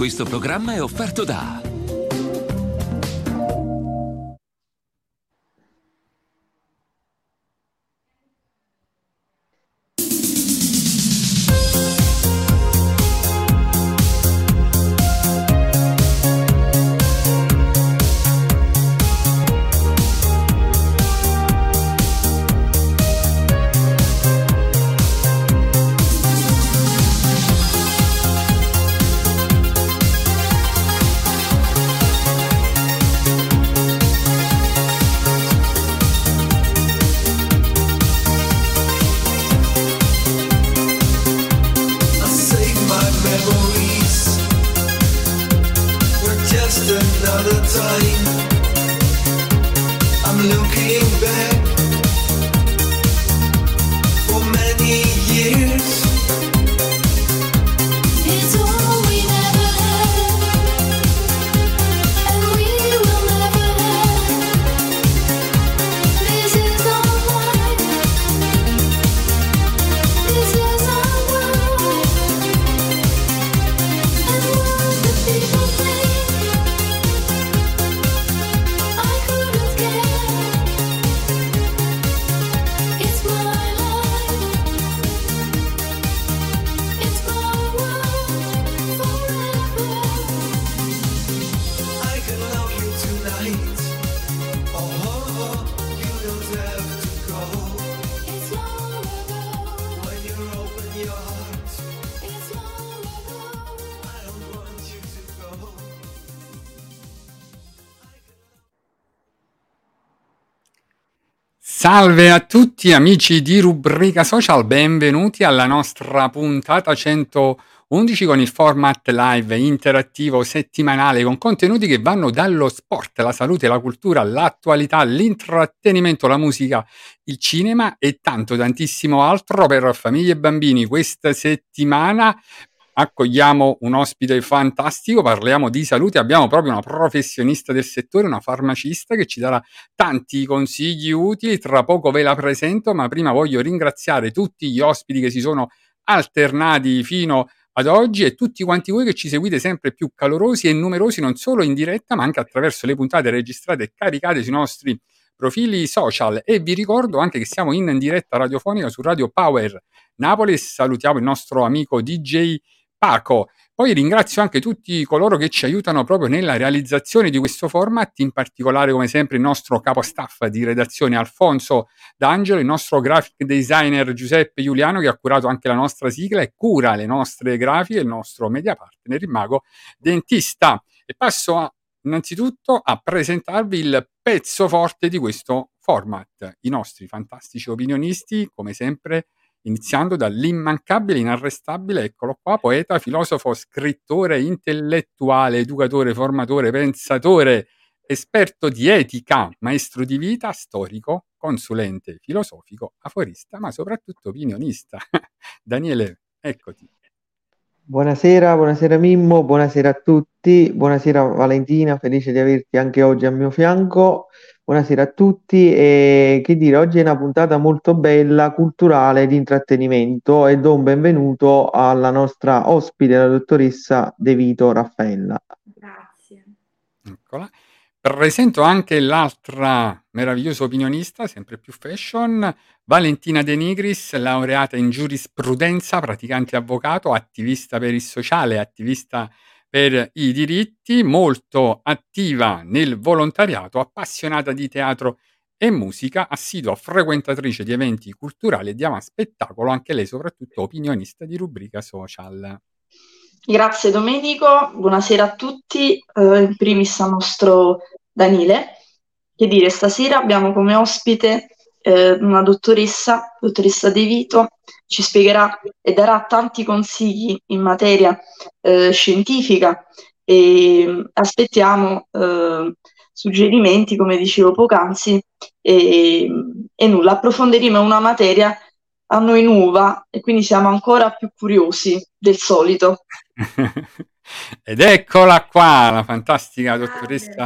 Questo programma è offerto da Salve a tutti amici di Rubrica Social, benvenuti alla nostra puntata 111 con il format live interattivo settimanale con contenuti che vanno dallo sport, la salute, la cultura, l'attualità, l'intrattenimento, la musica, il cinema e tantissimo altro per famiglie e bambini. Questa settimana accogliamo un ospite fantastico, parliamo di salute, abbiamo proprio una professionista del settore, una farmacista che ci darà tanti consigli utili, tra poco ve la presento, ma prima voglio ringraziare tutti gli ospiti che si sono alternati fino ad oggi e tutti quanti voi che ci seguite sempre più calorosi e numerosi, non solo in diretta ma anche attraverso le puntate registrate e caricate sui nostri profili social. E vi ricordo anche che siamo in diretta radiofonica su Radio Power Napoli. Salutiamo il nostro amico DJ Paco. Poi ringrazio anche tutti coloro che ci aiutano proprio nella realizzazione di questo format, in particolare come sempre il nostro capostaff di redazione Alfonso D'Angelo, il nostro graphic designer Giuseppe Giuliano che ha curato anche la nostra sigla e cura le nostre grafiche, il nostro media partner, il Mago Dentista. E passo innanzitutto a presentarvi il pezzo forte di questo format, i nostri fantastici opinionisti, come sempre iniziando dall'immancabile, inarrestabile, eccolo qua, poeta, filosofo, scrittore, intellettuale, educatore, formatore, pensatore, esperto di etica, maestro di vita, storico, consulente filosofico, aforista, ma soprattutto opinionista. Daniele, eccoti. Buonasera Mimmo, buonasera a tutti, buonasera Valentina, felice di averti anche oggi al mio fianco. Buonasera a tutti e che dire, oggi è una puntata molto bella, culturale, di intrattenimento e do un benvenuto alla nostra ospite, la dottoressa De Vito Raffaella. Grazie. Eccola. Presento anche l'altra meravigliosa opinionista, sempre più fashion, Valentina De Nigris, laureata in giurisprudenza, praticante avvocato, attivista per il sociale, attivista per i diritti, molto attiva nel volontariato, appassionata di teatro e musica, assidua frequentatrice di eventi culturali e di ama spettacolo, anche lei soprattutto opinionista di Rubrica Social. Grazie Domenico, buonasera a tutti, in primis al nostro Daniele. Che dire, stasera abbiamo come ospite una dottoressa De Vito, ci spiegherà e darà tanti consigli in materia scientifica e aspettiamo suggerimenti, come dicevo poc'anzi, e nulla, approfondiremo una materia a noi nuova e quindi siamo ancora più curiosi del solito. Ed eccola qua, la fantastica dottoressa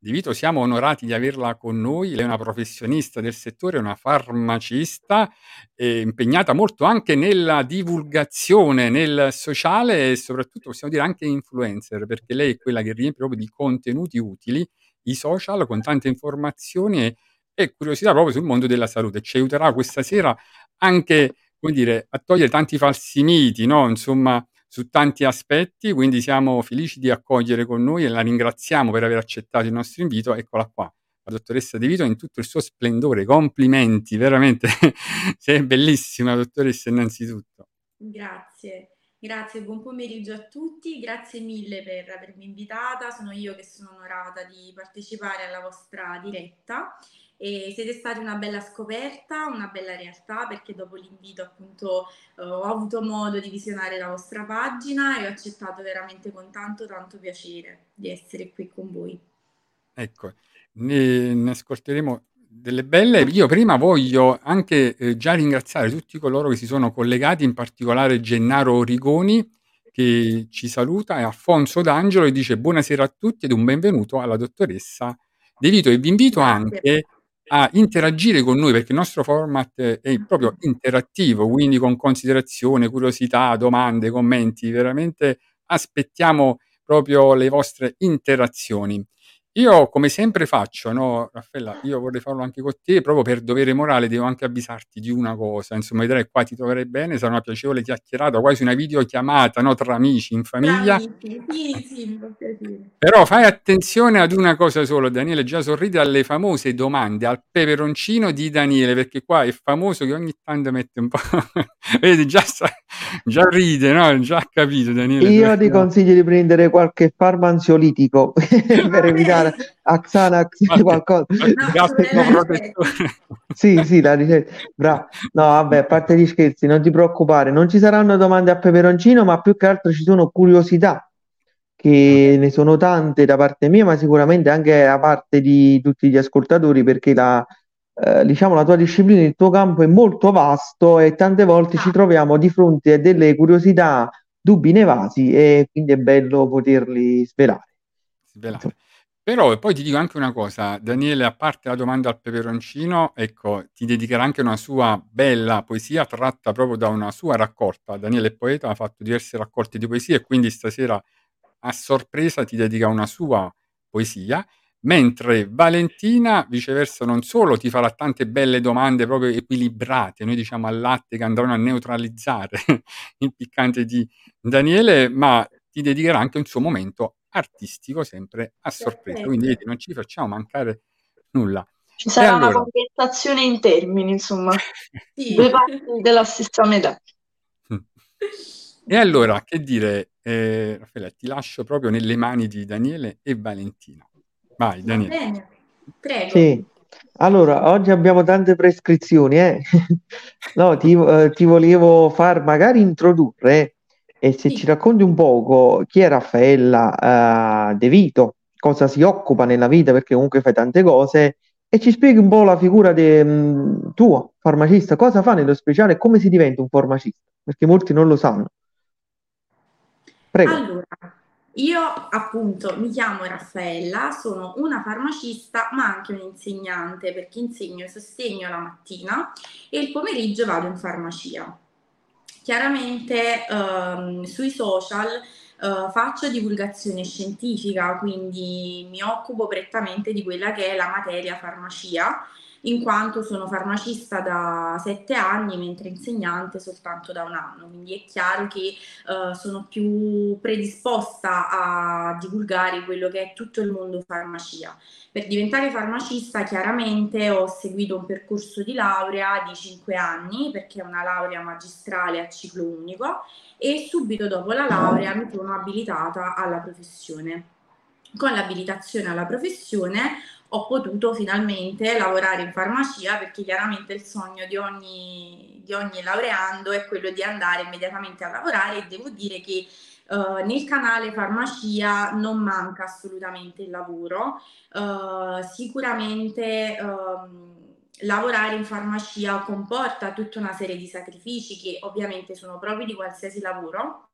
De Vito siamo onorati di averla con noi. Lei è una professionista del settore, una farmacista, impegnata molto anche nella divulgazione, nel sociale e soprattutto possiamo dire anche influencer, perché lei è quella che riempie proprio di contenuti utili i social con tante informazioni e curiosità proprio sul mondo della salute. Ci aiuterà questa sera anche, come dire, a togliere tanti falsi miti, no, insomma, su tanti aspetti, quindi siamo felici di accogliere con noi e la ringraziamo per aver accettato il nostro invito. Eccola qua, la dottoressa De Vito in tutto il suo splendore. Complimenti, veramente sei bellissima, dottoressa, innanzitutto. Grazie, grazie, buon pomeriggio a tutti, grazie mille per avermi invitata, sono io che sono onorata di partecipare alla vostra diretta e siete stati una bella scoperta, una bella realtà, perché dopo l'invito appunto ho avuto modo di visionare la vostra pagina e ho accettato veramente con tanto piacere di essere qui con voi. Ecco, ne ascolteremo delle belle. Io prima voglio anche già ringraziare tutti coloro che si sono collegati, in particolare Gennaro Origoni che ci saluta e Alfonso D'Angelo e dice buonasera a tutti ed un benvenuto alla dottoressa De Vito e vi invito Grazie. anche a interagire con noi perché il nostro format è proprio interattivo, quindi con considerazione, curiosità, domande, commenti, veramente aspettiamo proprio le vostre interazioni. Io come sempre faccio, no, Raffaella, io vorrei farlo anche con te, proprio per dovere morale devo anche avvisarti di una cosa, insomma, vedrai qua ti troverai bene, sarà una piacevole chiacchierata, quasi una videochiamata, no, tra amici, in famiglia. Sì, mi fa piacere. Però fai attenzione ad una cosa solo, Daniele già sorride alle famose domande al peperoncino di Daniele, perché qua è famoso che ogni tanto mette un po'... Vedi, già ride, no? Già ha capito, Daniele. Io ti consiglio di prendere qualche farmaco ansiolitico per evitare Xanax, qualcosa. Sì, la ricetta. Bravo. No, vabbè, a parte gli scherzi, non ti preoccupare, non ci saranno domande a peperoncino, ma più che altro ci sono curiosità, che ne sono tante da parte mia, ma sicuramente anche da parte di tutti gli ascoltatori, perché diciamo, la tua disciplina, il tuo campo è molto vasto e tante volte ci troviamo di fronte a delle curiosità, dubbi inevasi e quindi è bello poterli svelare. Però poi ti dico anche una cosa, Daniele, a parte la domanda al peperoncino, ecco, ti dedicherà anche una sua bella poesia tratta proprio da una sua raccolta. Daniele è poeta, ha fatto diverse raccolte di poesie e quindi stasera a sorpresa ti dedica una sua poesia, mentre Valentina viceversa non solo ti farà tante belle domande proprio equilibrate, noi diciamo al latte che andranno a neutralizzare il piccante di Daniele, ma ti dedicherà anche un suo momento artistico sempre a sorpresa, quindi vedi, non ci facciamo mancare nulla. Ci sarà una compensazione in termini, insomma, due parti della stessa metà. E allora, che dire, Raffaella, ti lascio proprio nelle mani di Daniele e Valentina. Vai, Daniele. Bene, prego. Sì, allora, oggi abbiamo tante prescrizioni, No, ti volevo far magari introdurre e se ci racconti un poco chi è Raffaella De Vito, cosa si occupa nella vita, perché comunque fai tante cose, e ci spieghi un po' la figura tua, farmacista, cosa fa nello speciale e come si diventa un farmacista, perché molti non lo sanno. Prego. Allora, io appunto mi chiamo Raffaella, sono una farmacista ma anche un'insegnante perché insegno e sostegno la mattina e il pomeriggio vado in farmacia. Chiaramente sui social faccio divulgazione scientifica, quindi mi occupo prettamente di quella che è la materia farmacia, in quanto sono farmacista da 7 anni, mentre insegnante soltanto da 1 anno, quindi è chiaro che sono più predisposta a divulgare quello che è tutto il mondo farmacia. Per diventare farmacista chiaramente ho seguito un percorso di laurea di 5 anni, perché è una laurea magistrale a ciclo unico, e subito dopo la laurea mi sono abilitata alla professione. Con l'abilitazione alla professione ho potuto finalmente lavorare in farmacia, perché chiaramente il sogno di ogni laureando è quello di andare immediatamente a lavorare, e devo dire che nel canale farmacia non manca assolutamente il lavoro. Sicuramente lavorare in farmacia comporta tutta una serie di sacrifici che ovviamente sono propri di qualsiasi lavoro,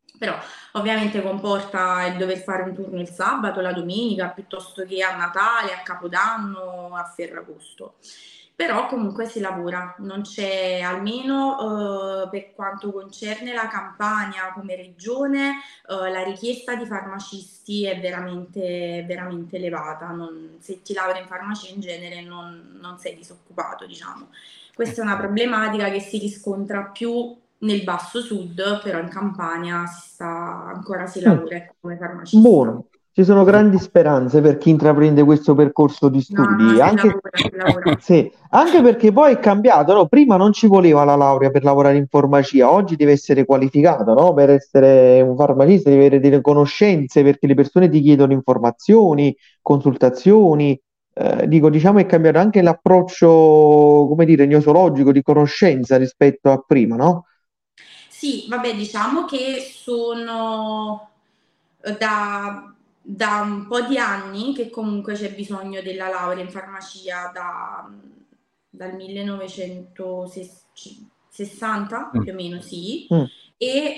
Però ovviamente comporta il dover fare un turno il sabato, la domenica, piuttosto che a Natale, a Capodanno, a Ferragosto. Però comunque si lavora, non c'è, almeno per quanto concerne la Campania come regione, la richiesta di farmacisti è veramente, veramente elevata. Se ti lauri in farmacia in genere non sei disoccupato, diciamo. Questa è una problematica che si riscontra più nel basso sud, però in Campania ancora si lavora come farmacista. Buono, ci sono grandi speranze per chi intraprende questo percorso di No, studi, si anche, lavora, si lavora. sì, anche perché poi è cambiato, no? Prima non ci voleva la laurea per lavorare in farmacia, oggi deve essere qualificato, no? Per essere un farmacista devi avere delle conoscenze perché le persone ti chiedono informazioni, consultazioni. Dico, diciamo è cambiato anche l'approccio, come dire, gnosologico di conoscenza rispetto a prima, no? Sì, vabbè, diciamo che sono da un po' di anni che comunque c'è bisogno della laurea in farmacia dal 1960 Mm. più o meno, sì. Mm. E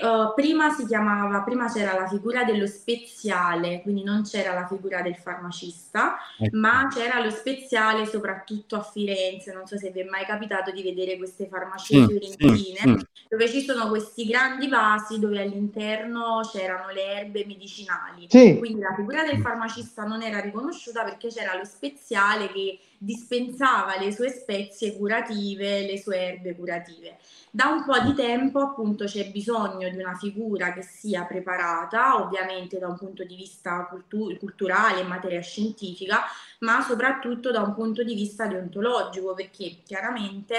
prima c'era la figura dello speziale, quindi non c'era la figura del farmacista, Ecco. ma c'era lo speziale soprattutto a Firenze. Non so se vi è mai capitato di vedere queste farmacie fiorentine, dove ci sono questi grandi vasi dove all'interno c'erano le erbe medicinali. Sì. Quindi la figura del farmacista non era riconosciuta perché c'era lo speziale che dispensava le sue spezie curative, le sue erbe curative. Da un po' di tempo appunto c'è bisogno di una figura che sia preparata, ovviamente da un punto di vista culturale, in materia scientifica, ma soprattutto da un punto di vista deontologico, perché chiaramente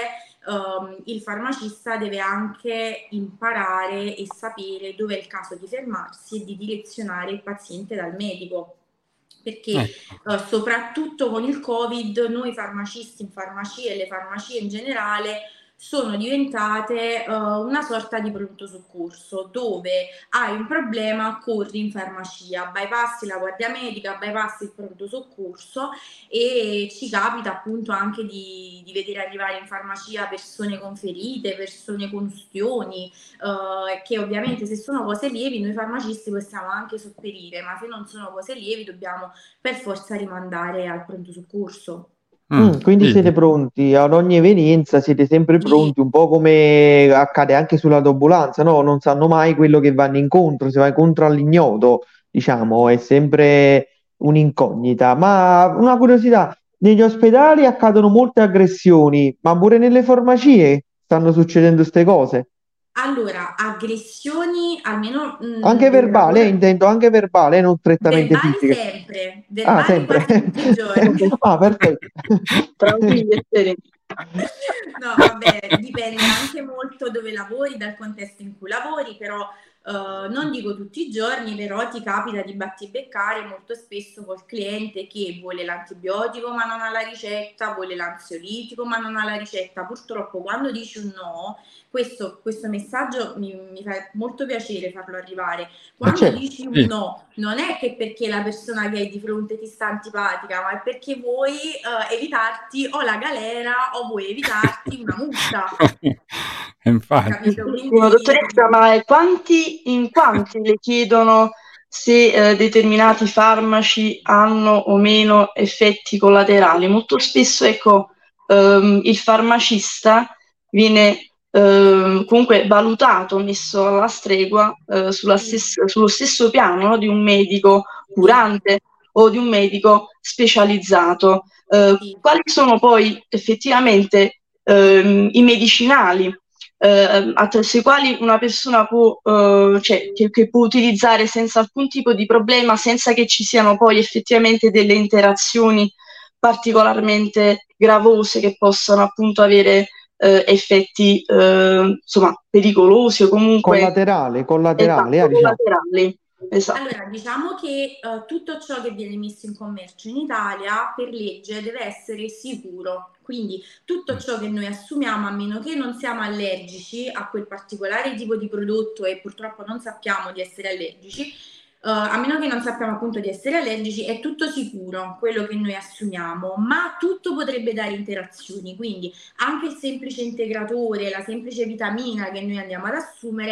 il farmacista deve anche imparare e sapere dove è il caso di fermarsi e di direzionare il paziente dal medico. Perché soprattutto con il Covid noi farmacisti in farmacia e le farmacie in generale sono diventate una sorta di pronto soccorso, dove hai un problema, corri in farmacia, bypassi la guardia medica, bypassi il pronto soccorso, e ci capita appunto anche di vedere arrivare in farmacia persone con ferite, persone con ustioni, che ovviamente se sono cose lievi noi farmacisti possiamo anche sopperire, ma se non sono cose lievi dobbiamo per forza rimandare al pronto soccorso. Quindi siete pronti ad ogni evenienza, siete sempre pronti, un po' come accade anche sull'autoambulanza, no? Non sanno mai quello che vanno incontro, se vai incontro all'ignoto, diciamo, è sempre un'incognita. Ma una curiosità, negli ospedali accadono molte aggressioni, ma pure nelle farmacie stanno succedendo queste cose. Allora, aggressioni almeno Anche verbale, intendo anche verbale, non strettamente verbali fisiche. sempre, Ah, verbali sempre. quasi tutti i giorni. Ah, perfetto. Tranquilli e sereni. No, vabbè, dipende anche molto dove lavori, dal contesto in cui lavori, però non dico tutti i giorni, però ti capita di battibeccare molto spesso col cliente che vuole l'antibiotico ma non ha la ricetta, vuole l'ansiolitico ma non ha la ricetta. Purtroppo quando dici un no, questo messaggio mi fa molto piacere farlo arrivare. Quando certo, dici un no, non è che perché la persona che hai di fronte ti sta antipatica, ma è perché vuoi evitarti o la galera o vuoi evitarti una multa. Infatti. Capito? Quindi, Dottoressa, ma in quanti le chiedono se determinati farmaci hanno o meno effetti collaterali? Molto spesso, ecco, il farmacista viene comunque valutato, messo alla stregua, sullo stesso piano, no, di un medico curante o di un medico specializzato. Quali sono poi effettivamente i medicinali attraverso i quali una persona può, che può utilizzare senza alcun tipo di problema, senza che ci siano poi effettivamente delle interazioni particolarmente gravose che possano appunto avere effetti insomma pericolosi o comunque collaterale, esatto, diciamo. collaterali. Esatto. Allora, diciamo che tutto ciò che viene messo in commercio in Italia per legge deve essere sicuro, quindi tutto ciò che noi assumiamo, a meno che non siamo allergici a quel particolare tipo di prodotto e purtroppo non sappiamo di essere allergici, a meno che non sappiamo appunto di essere allergici, è tutto sicuro quello che noi assumiamo, ma tutto potrebbe dare interazioni, quindi anche il semplice integratore, la semplice vitamina che noi andiamo ad assumere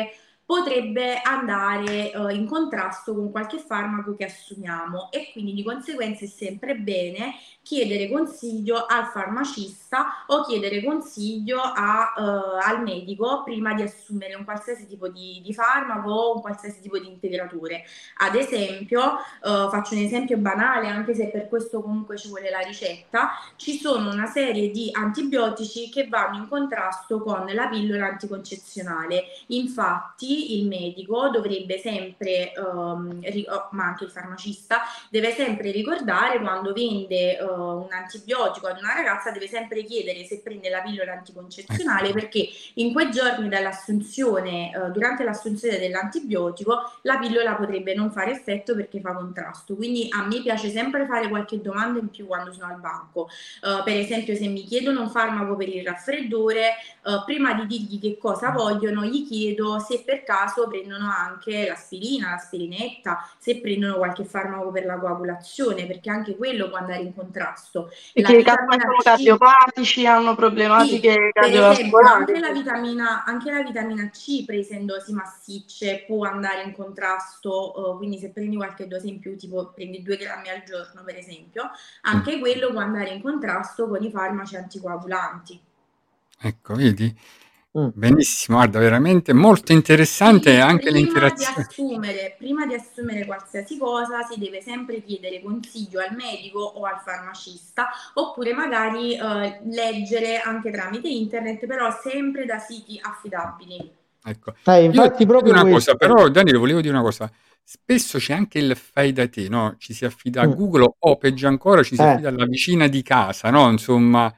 potrebbe andare in contrasto con qualche farmaco che assumiamo, e quindi di conseguenza è sempre bene chiedere consiglio al farmacista o chiedere consiglio al medico prima di assumere un qualsiasi tipo di farmaco o un qualsiasi tipo di integratore. Ad esempio, faccio un esempio banale, anche se per questo comunque ci vuole la ricetta: ci sono una serie di antibiotici che vanno in contrasto con la pillola anticoncezionale. Infatti il medico dovrebbe sempre, ma anche il farmacista, deve sempre ricordare, quando vende un antibiotico ad una ragazza, deve sempre chiedere se prende la pillola anticoncezionale, perché in quei giorni dall'assunzione, durante l'assunzione dell'antibiotico, la pillola potrebbe non fare effetto perché fa contrasto. Quindi a me piace sempre fare qualche domanda in più quando sono al banco. Per esempio, se mi chiedono un farmaco per il raffreddore, prima di dirgli che cosa vogliono, gli chiedo se per caso prendono anche l'aspirina, l'aspirinetta, se prendono qualche farmaco per la coagulazione, perché anche quello può andare in contrasto. Perché i casi sono cardiopatici, hanno problematiche per esempio cardiovascolari. anche la vitamina C, presa in dosi massicce, può andare in contrasto, quindi se prendi qualche dose in più, tipo prendi 2 grammi al giorno per esempio, anche quello può andare in contrasto con i farmaci anticoagulanti. Ecco, vedi? Benissimo, guarda, veramente molto interessante anche l'interazione. Prima di assumere qualsiasi cosa si deve sempre chiedere consiglio al medico o al farmacista, oppure magari leggere anche tramite internet, però sempre da siti affidabili. Ecco, infatti io proprio una questo. cosa, però Daniele, volevo dire una cosa. Spesso c'è anche il fai da te, no? Ci si affida a Google o peggio ancora ci si affida alla vicina di casa, no? Insomma,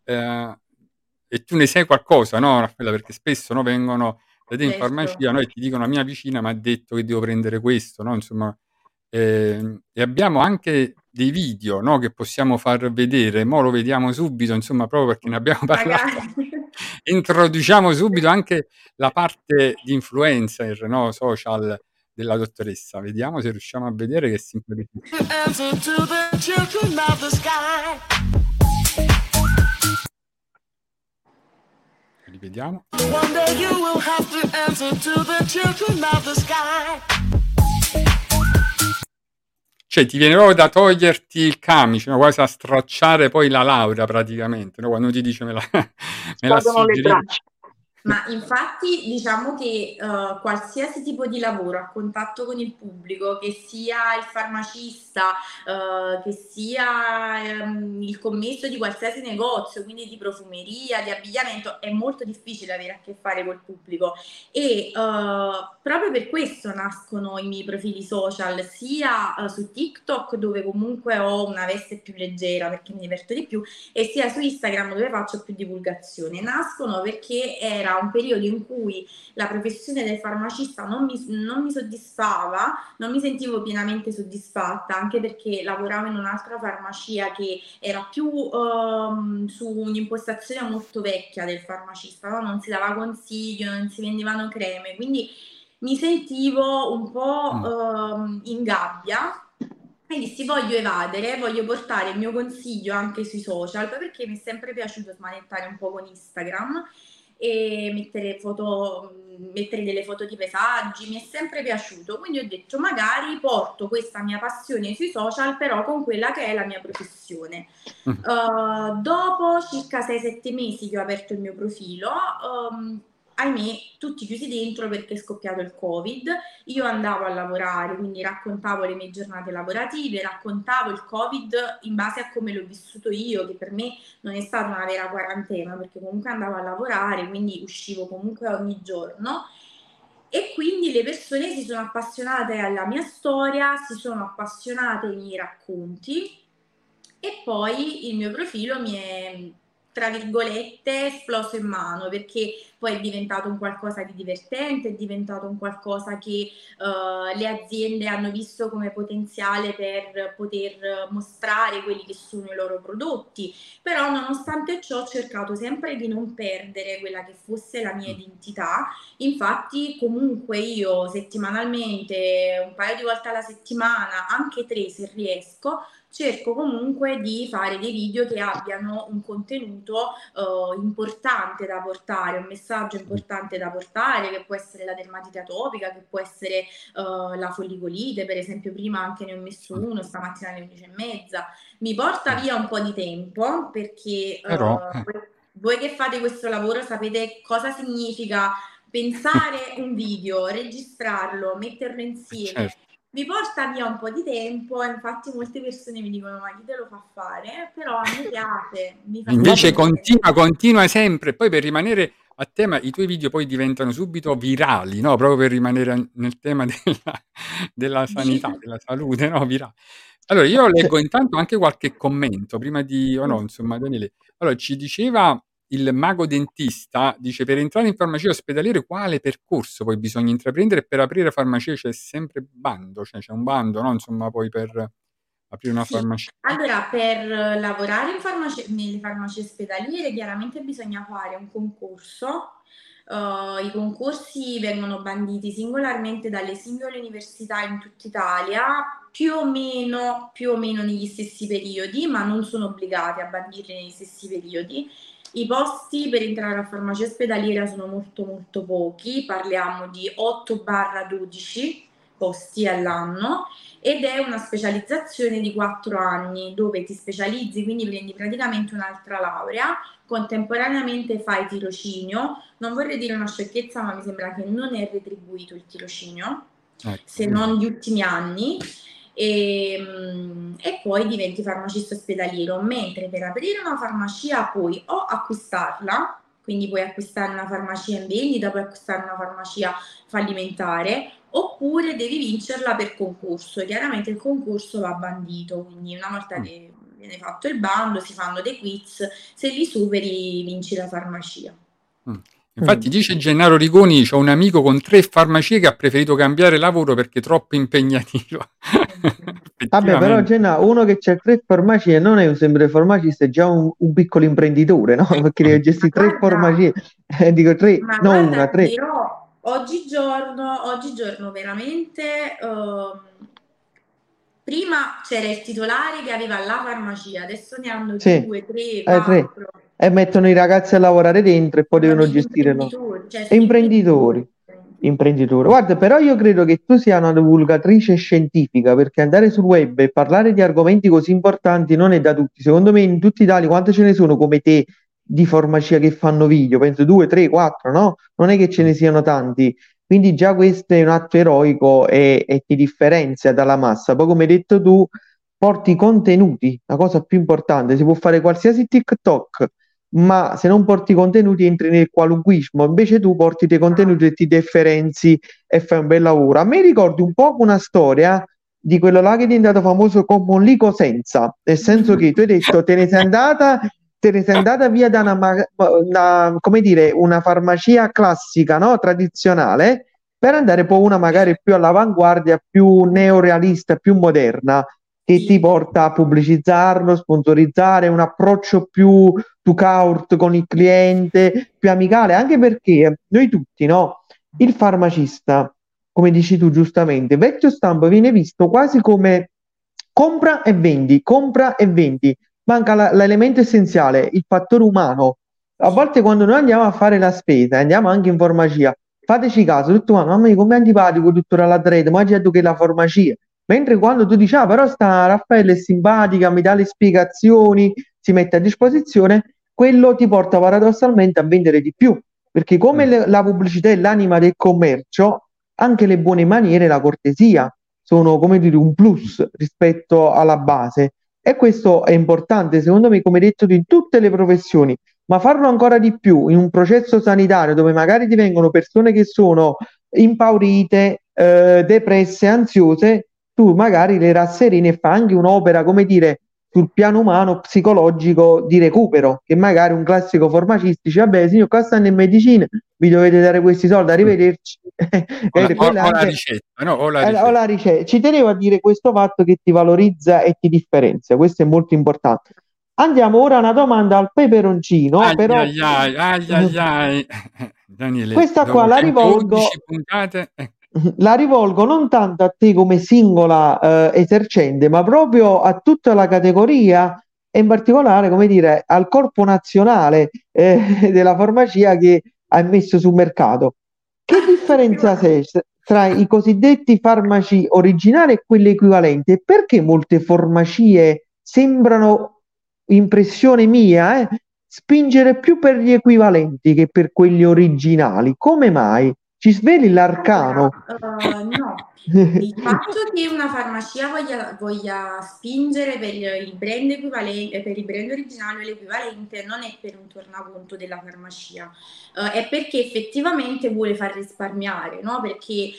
e tu ne sai qualcosa, no, Raffaella? Perché spesso, no, vengono da te in farmacia, no, e ti dicono: la mia vicina mi ha detto che devo prendere questo, no? Insomma, e abbiamo anche dei video, no, che possiamo far vedere. Mo lo vediamo subito, insomma, proprio perché ne abbiamo parlato. Introduciamo subito anche la parte di influencer, no, social della dottoressa. Vediamo se riusciamo a vedere che simpatia. Rivediamo. Cioè ti viene proprio da toglierti il camice, no? Quasi a stracciare poi la laurea praticamente, no? Quando ti dice me l'ha suggerito. Ma infatti diciamo che qualsiasi tipo di lavoro a contatto con il pubblico, che sia il farmacista, che sia il commesso di qualsiasi negozio, quindi di profumeria, di abbigliamento, è molto difficile avere a che fare col pubblico, e proprio per questo nascono i miei profili social, sia su TikTok, dove comunque ho una veste più leggera perché mi diverto di più, e sia su Instagram, dove faccio più divulgazione. Nascono perché era un periodo in cui la professione del farmacista non mi soddisfava, non mi sentivo pienamente soddisfatta, anche perché lavoravo in un'altra farmacia che era più su un'impostazione molto vecchia del farmacista, no? Non si dava consiglio, non si vendevano creme, quindi mi sentivo un po' in gabbia. E dissi: voglio evadere, voglio portare il mio consiglio anche sui social, perché mi è sempre piaciuto smanettare un po' con Instagram e mettere delle foto di paesaggi, mi è sempre piaciuto, quindi ho detto magari porto questa mia passione sui social, però con quella che è la mia professione. Dopo circa 6-7 mesi che ho aperto il mio profilo, ahimè, tutti chiusi dentro perché è scoppiato il Covid. Io andavo a lavorare, quindi raccontavo le mie giornate lavorative, raccontavo il Covid in base a come l'ho vissuto io, che per me non è stata una vera quarantena, perché comunque andavo a lavorare, quindi uscivo comunque ogni giorno. E quindi le persone si sono appassionate alla mia storia, si sono appassionate ai miei racconti, e poi il mio profilo mi è, tra virgolette, esploso in mano, perché poi è diventato un qualcosa di divertente, è diventato un qualcosa che le aziende hanno visto come potenziale per poter mostrare quelli che sono i loro prodotti. Però nonostante ciò ho cercato sempre di non perdere quella che fosse la mia identità. Infatti comunque io settimanalmente, un paio di volte alla settimana, anche 3 se riesco, cerco comunque di fare dei video che abbiano un contenuto importante da portare, un messaggio importante da portare, che può essere la dermatite atopica, che può essere la follicolite, per esempio prima anche ne ho messo uno, stamattina alle 11:30. Mi porta via un po' di tempo, perché Però, voi che fate questo lavoro sapete cosa significa pensare un video, registrarlo, metterlo insieme. certo. Mi porta via un po' di tempo, infatti molte persone mi dicono ma chi te lo fa fare? Però a me piace, mi fa Invece piacere. continua sempre, poi per rimanere a tema, i tuoi video poi diventano subito virali, no? Proprio per rimanere nel tema della sanità, della salute, no? Virali. Allora, io leggo intanto anche qualche commento, prima di, no, insomma, Daniele. Allora, ci diceva il mago dentista, dice, per entrare in farmacia ospedaliera quale percorso poi bisogna intraprendere? Per aprire farmacia c'è sempre bando, cioè c'è un bando, no? Insomma, poi per aprire una farmacia. Allora, per lavorare nelle farmacie ospedaliere chiaramente bisogna fare un concorso. I concorsi vengono banditi singolarmente dalle singole università in tutta Italia, più o meno negli stessi periodi, ma non sono obbligati a bandirli negli stessi periodi. I posti per entrare a farmacia ospedaliera sono molto molto pochi, parliamo di 8-12 posti all'anno, ed è una specializzazione di 4 anni dove ti specializzi, quindi prendi praticamente un'altra laurea, contemporaneamente fai tirocinio. Non vorrei dire una sciocchezza, ma mi sembra che non è retribuito il tirocinio, se non gli ultimi anni, e poi diventi farmacista ospedaliero, mentre per aprire una farmacia puoi o acquistarla, quindi puoi acquistare una farmacia in vendita, puoi acquistare una farmacia fallimentare, oppure devi vincerla per concorso. Chiaramente il concorso va bandito, quindi una volta che viene fatto il bando si fanno dei quiz, se li superi vinci la farmacia. Infatti dice Gennaro Rigoni, c'ho un amico con 3 farmacie che ha preferito cambiare lavoro perché troppo impegnativo. Vabbè, però Genna, uno che c'ha 3 farmacie non è sempre farmacista, è già un piccolo imprenditore, no? Perché deve gestire 3 farmacie, dico 3, Ma no guarda, una, 3. dirò, oggigiorno veramente, prima c'era il titolare che aveva la farmacia, adesso ne hanno Sì, 2, 3, 3. 4. E mettono i ragazzi a lavorare dentro e poi devono Degli gestire no? imprenditori, cioè E sono imprenditori. imprenditori. Guarda, però io credo che tu sia una divulgatrice scientifica, perché andare sul web e parlare di argomenti così importanti non è da tutti. Secondo me in tutta Italia quante ce ne sono come te di farmacia che fanno video? Penso 2, 3, 4, no? Non è che ce ne siano tanti. Quindi già questo è un atto eroico e ti differenzia dalla massa. Poi come hai detto tu, porti contenuti, la cosa più importante. Si può fare qualsiasi TikTok, ma se non porti contenuti entri nel qualunquismo, invece tu porti dei contenuti e ti differenzi e fai un bel lavoro. A me ricordi un po' una storia di quello là che è diventato famoso come un lico senza, nel senso che tu hai detto te ne sei andata via da come dire, una farmacia classica, no? Tradizionale, per andare poi una magari più all'avanguardia, più neorealista, più moderna, che ti porta a pubblicizzarlo, sponsorizzare, un approccio più to court con il cliente, più amicale, anche perché noi tutti, no? Il farmacista, come dici tu giustamente, vecchio stampo viene visto quasi come compra e vendi, compra e vendi. Manca l'elemento essenziale, il fattore umano. A volte quando noi andiamo a fare la spesa, andiamo anche in farmacia, fateci caso, tutto quanto, mamma mia, come è antipatico, dottore Ladrede, ma c'è che la farmacia. Mentre quando tu dici, ah, però sta Raffaella è simpatica, mi dà le spiegazioni, si mette a disposizione, quello ti porta paradossalmente a vendere di più. Perché come la pubblicità è l'anima del commercio, anche le buone maniere e la cortesia sono, come dire, un plus rispetto alla base. E questo è importante, secondo me, come detto, in tutte le professioni, ma farlo ancora di più in un processo sanitario dove magari ti vengono persone che sono impaurite, depresse, ansiose, tu magari le rasserini e fai anche un'opera, come dire, sul piano umano, psicologico di recupero, che magari un classico farmacista dice, vabbè, signor, qua stanno in medicina, vi dovete dare questi soldi, arrivederci. O la ricetta, no? O la ricetta. Ci tenevo a dire questo fatto che ti valorizza e ti differenzia, questo è molto importante. Andiamo ora a una domanda al peperoncino, però... Daniele, questa qua la rivolgo... puntate. la rivolgo non tanto a te come singola esercente, ma proprio a tutta la categoria e in particolare, come dire, al corpo nazionale della farmacia che ha messo sul mercato. Che differenza c'è tra i cosiddetti farmaci originali e quelli equivalenti? E perché molte farmacie sembrano, impressione mia, spingere più per gli equivalenti che per quelli originali? Come mai? Ci sveli l'arcano? No, il fatto che una farmacia voglia spingere per il brand equivalente, per il brand originale o l'equivalente, non è per un tornaconto della farmacia, è perché effettivamente vuole far risparmiare, no? Perché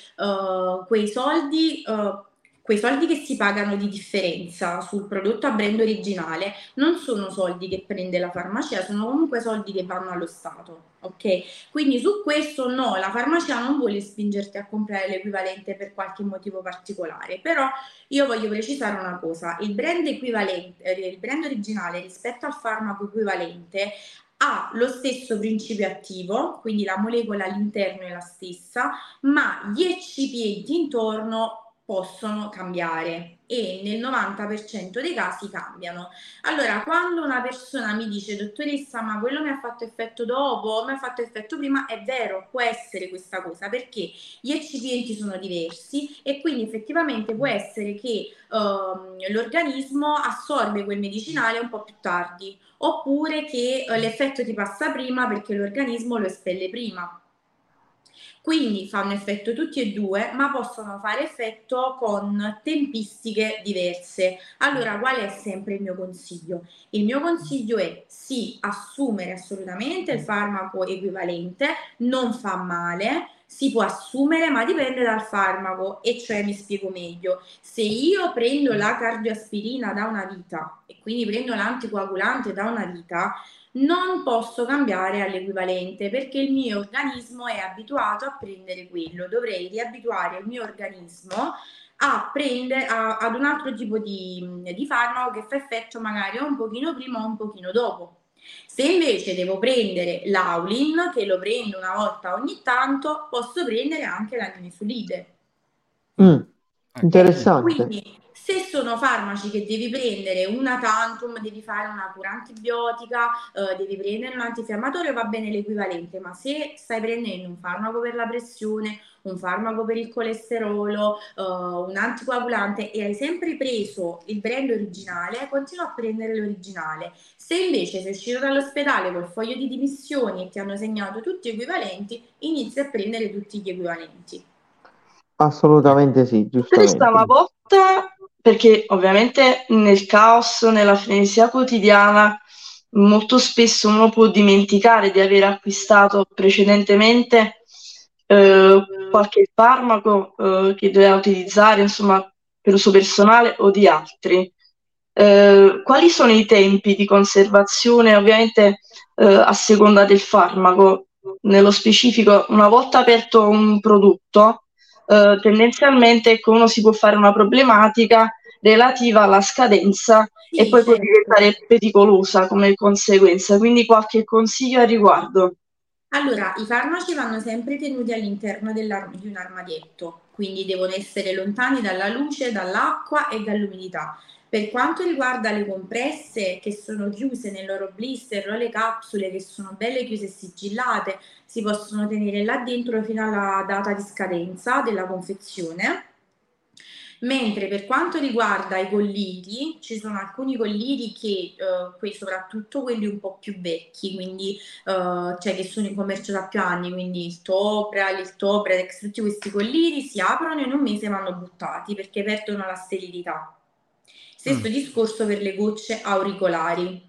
quei soldi che si pagano di differenza sul prodotto a brand originale non sono soldi che prende la farmacia, sono comunque soldi che vanno allo Stato, ok? Quindi su questo no, la farmacia non vuole spingerti a comprare l'equivalente per qualche motivo particolare, però io voglio precisare una cosa, il brand equivalente, il brand originale rispetto al farmaco equivalente ha lo stesso principio attivo, quindi la molecola all'interno è la stessa, ma gli eccipienti intorno possono cambiare e nel 90% dei casi cambiano. Allora, quando una persona mi dice dottoressa, ma quello mi ha fatto effetto dopo, mi ha fatto effetto prima, è vero, può essere questa cosa perché gli eccipienti sono diversi e quindi effettivamente può essere che l'organismo assorbe quel medicinale un po' più tardi oppure che l'effetto ti passa prima perché l'organismo lo espelle prima. Quindi fanno effetto tutti e due, ma possono fare effetto con tempistiche diverse. Allora, qual è sempre il mio consiglio? Il mio consiglio è sì, assumere assolutamente il farmaco equivalente, non fa male, si può assumere, ma dipende dal farmaco, e cioè mi spiego meglio. Se io prendo la cardioaspirina da una vita e quindi prendo l'anticoagulante da una vita, non posso cambiare all'equivalente perché il mio organismo è abituato a prendere quello. Dovrei riabituare il mio organismo a prendere ad un altro tipo di farmaco che fa effetto magari un pochino prima o un pochino dopo. Se invece devo prendere l'Aulin, che lo prendo una volta ogni tanto, posso prendere anche la nimesulide. Interessante. Quindi se sono farmaci che devi prendere una tantum, devi fare una cura antibiotica, devi prendere un antinfiammatorio, va bene l'equivalente, ma se stai prendendo un farmaco per la pressione, un farmaco per il colesterolo, un anticoagulante e hai sempre preso il brand originale, continua a prendere l'originale. Se invece sei uscito dall'ospedale col foglio di dimissioni e ti hanno segnato tutti equivalenti, inizi a prendere tutti gli equivalenti. Assolutamente sì, giustamente. Questa una volta, perché ovviamente nel caos, nella frenesia quotidiana, molto spesso uno può dimenticare di aver acquistato precedentemente qualche farmaco che doveva utilizzare, insomma, per uso personale o di altri. Quali sono i tempi di conservazione, ovviamente a seconda del farmaco? Nello specifico, una volta aperto un prodotto, tendenzialmente uno si può fare una problematica relativa alla scadenza e poi può diventare pericolosa come conseguenza. Quindi qualche consiglio a riguardo? Allora, i farmaci vanno sempre tenuti all'interno di un armadietto, quindi devono essere lontani dalla luce, dall'acqua e dall'umidità. Per quanto riguarda le compresse che sono chiuse nel loro blister o le capsule che sono belle chiuse e sigillate, si possono tenere là dentro fino alla data di scadenza della confezione. Mentre per quanto riguarda i colliri, ci sono alcuni colliri che, soprattutto quelli un po' più vecchi, quindi cioè che sono in commercio da più anni, quindi il Topral, il Topradex, tutti questi colliri si aprono e in un mese vanno buttati perché perdono la sterilità. Stesso discorso per le gocce auricolari.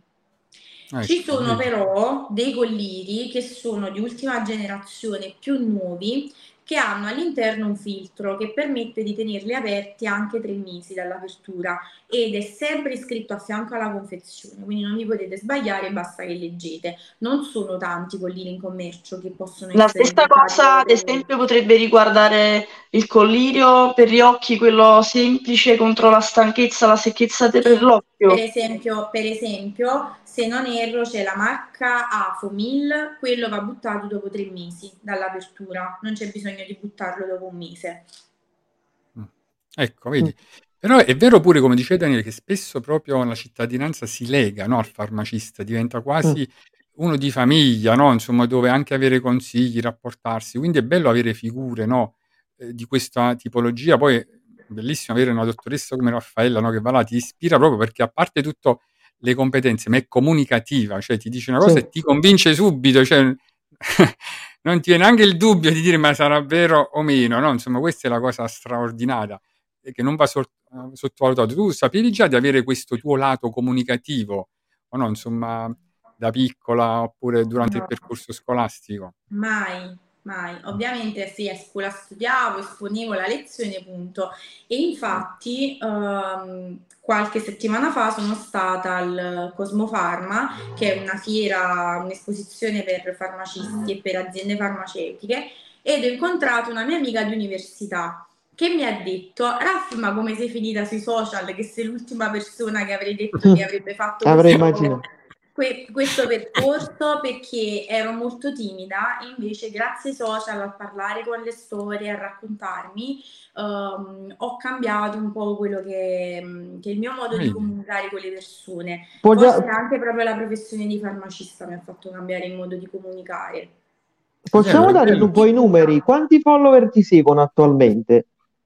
Ci sono però dei colliri che sono di ultima generazione, più nuovi, che hanno all'interno un filtro che permette di tenerli aperti anche 3 mesi dall'apertura ed è sempre iscritto a fianco alla confezione, quindi non vi potete sbagliare, basta che leggete. Non sono tanti colliri in commercio che possono La essere stessa cosa, ad esempio, potrebbe riguardare il collirio per gli occhi, quello semplice contro la stanchezza, la secchezza per l'occhio. Per esempio, se non erro, c'è la marca Afomil, quello va buttato dopo 3 mesi dall'apertura, non c'è bisogno di buttarlo dopo un mese. Ecco, vedi. Però è vero pure, come dice Daniele, che spesso proprio la cittadinanza si lega, no, al farmacista, diventa quasi uno di famiglia, no? Insomma, dove anche avere consigli, rapportarsi. Quindi è bello avere figure, no, di questa tipologia. Poi è bellissimo avere una dottoressa come Raffaella, no, che va là, ti ispira proprio perché, a parte tutto le competenze, ma è comunicativa, cioè ti dice una cosa e ti convince subito, cioè non ti viene neanche il dubbio di dire ma sarà vero o meno, no? Insomma, questa è la cosa straordinaria e che non va sottovalutato. Tu sapevi già di avere questo tuo lato comunicativo, o no? Insomma, da piccola oppure durante il percorso scolastico? Mai. Ovviamente sì, a scuola studiavo, esponevo la lezione, punto. E infatti qualche settimana fa sono stata al Cosmofarma, che è una fiera, un'esposizione per farmacisti e per aziende farmaceutiche, ed ho incontrato una mia amica di università che mi ha detto: Raff, ma come sei finita sui social? Che sei l'ultima persona che avrei detto che avrebbe fatto questo percorso, perché ero molto timida, e invece grazie ai social, a parlare con le storie, a raccontarmi, ho cambiato un po' quello che è il mio modo di comunicare con le persone. Forse anche proprio la professione di farmacista mi ha fatto cambiare il modo di comunicare. Possiamo dare un po' i numeri? Quanti follower ti seguono attualmente?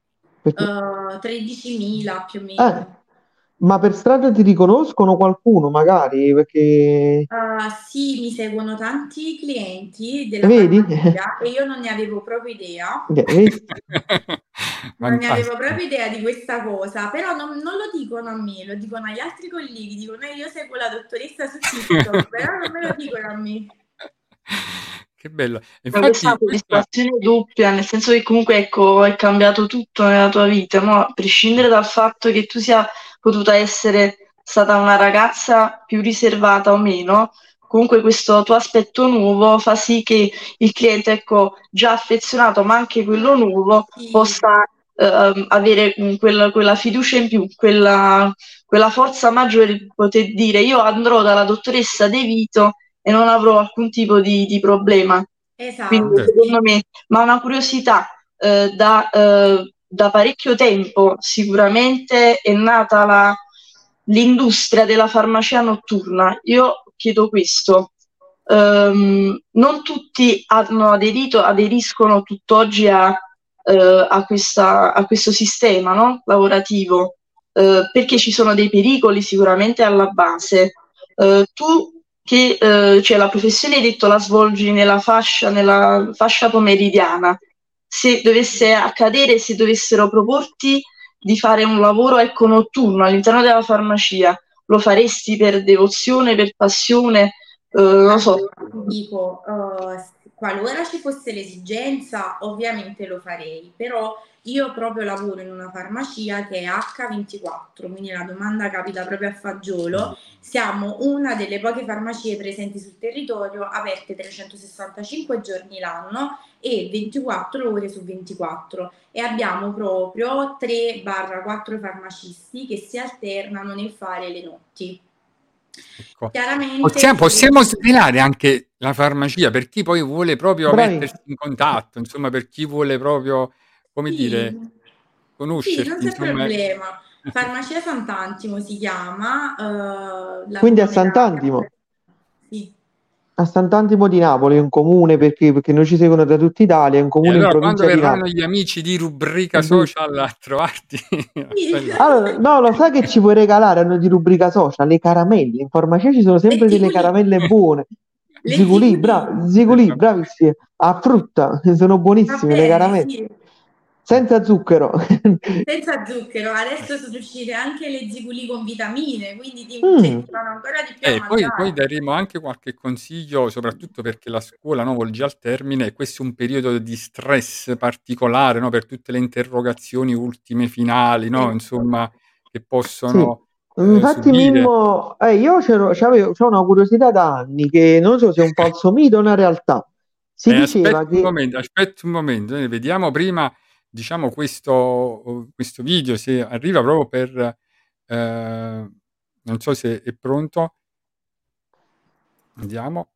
13.000 più o meno. Ma per strada ti riconoscono qualcuno magari? Perché sì, mi seguono tanti clienti della vedi? farmacia e io non ne avevo proprio idea. Non ne avevo proprio idea di questa cosa, però non lo dicono a me, lo dicono agli altri colleghi, dicono io seguo la dottoressa su TikTok, però non me lo dicono a me. Che bello. Infatti, questa soddisfazione doppia, nel senso che comunque ecco, è cambiato tutto nella tua vita, no? A prescindere dal fatto che tu sia potuta essere stata una ragazza più riservata o meno, comunque questo tuo aspetto nuovo fa sì che il cliente, ecco, già affezionato, ma anche quello nuovo, possa avere quella fiducia in più, quella forza maggiore di poter dire io andrò dalla dottoressa De Vito e non avrò alcun tipo di problema. Esatto. Quindi secondo me, ma una curiosità da parecchio tempo sicuramente è nata l'industria della farmacia notturna. Io chiedo questo. Non tutti hanno aderiscono tutt'oggi a questo sistema, no? Lavorativo, perché ci sono dei pericoli sicuramente alla base. Tu che cioè la professione, hai detto, la svolgi nella fascia pomeridiana. Se dovesse accadere, se dovessero proporti di fare un lavoro ecco notturno all'interno della farmacia, lo faresti per devozione, per passione? Non so. Dico, qualora ci fosse l'esigenza, ovviamente lo farei, però io proprio lavoro in una farmacia che è H24, quindi la domanda capita proprio a fagiolo. Siamo una delle poche farmacie presenti sul territorio, aperte 365 giorni l'anno e 24 ore su 24, e abbiamo proprio 3-4 farmacisti che si alternano nel fare le notti. Ecco. Possiamo svelare anche la farmacia per chi poi vuole proprio mettersi in contatto, insomma, per chi vuole proprio, come dire, conoscerti. Sì, non c'è problema. Farmacia Sant'Antimo si chiama. Quindi a Sant'Antimo? Sì. A Sant'Antimo di Napoli, è un comune, perché noi ci seguono da tutta Italia, è un comune allora, in provincia di Napoli. Quando verranno gli amici di Rubrica Social a trovarti? Allora, no, lo sai che ci puoi regalare di Rubrica Social? Le caramelle, in farmacia ci sono sempre delle caramelle buone. Ziguli, bravissimi, a frutta, sono buonissime le caramelle. Sì. Senza zucchero. Senza zucchero, adesso sono uscite anche le ziguli con vitamine, quindi ti incentivano ancora di più a mangiare. Poi daremo anche qualche consiglio, soprattutto perché la scuola, no, volge al termine, e questo è un periodo di stress particolare, no, per tutte le interrogazioni ultime, finali, no, insomma, che possono infatti Mimmo, io c'ho una curiosità da anni, che non so se è un falso mito o una realtà. Si diceva che... Aspetta un momento, vediamo prima, diciamo, questo video, se arriva proprio per Non so se è pronto. Andiamo.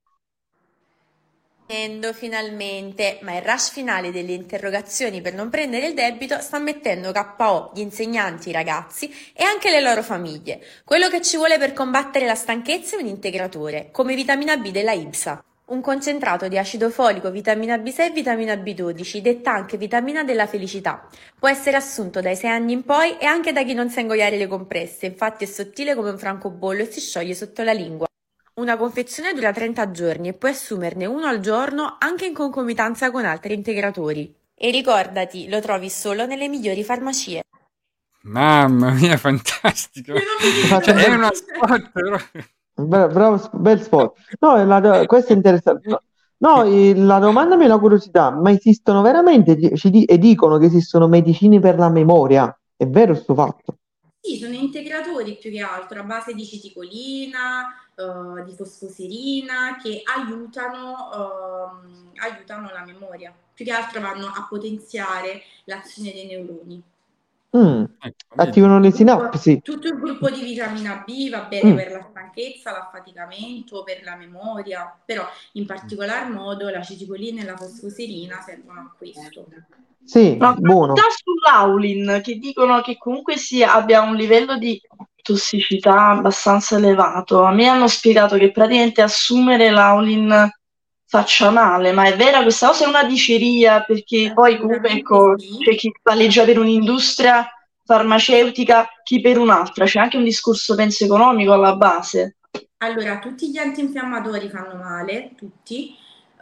Finalmente, ma il rush finale delle interrogazioni per non prendere il debito sta mettendo KO gli insegnanti, i ragazzi e anche le loro famiglie. Quello che ci vuole per combattere la stanchezza è un integratore, come vitamina B della IPSA. Un concentrato di acido folico, vitamina B6 e vitamina B12, detta anche vitamina della felicità. Può essere assunto dai 6 anni in poi e anche da chi non sa ingoiare le compresse, infatti è sottile come un francobollo e si scioglie sotto la lingua. Una confezione dura 30 giorni e puoi assumerne uno al giorno anche in concomitanza con altri integratori. E ricordati, lo trovi solo nelle migliori farmacie. Mamma mia, fantastico! Cioè, è uno spot proprio. Bravo, bel spot. No, questo è interessante. La domanda mi è la curiosità, ma esistono veramente, e dicono che esistono medicine per la memoria? È vero sto fatto? Sì, sono integratori più che altro a base di citicolina, di fosfoserina che aiutano la memoria. Più che altro vanno a potenziare l'azione dei neuroni. Attivano le sinapsi. Tutto il gruppo di vitamina B va bene per la stanchezza, l'affaticamento, per la memoria, però in particolar modo la citicolina e la fosfoserina servono a questo. Sì, Ma buono. sull'Aulin, che dicono che comunque abbia un livello di tossicità abbastanza elevato. A me hanno spiegato che praticamente assumere l'Aulin faccia male, ma è vera questa cosa? È una diceria, perché poi comunque ecco, c'è chi palleggia per un'industria farmaceutica, chi per un'altra. C'è anche un discorso, penso, economico alla base. Allora, tutti gli antinfiammatori fanno male, tutti.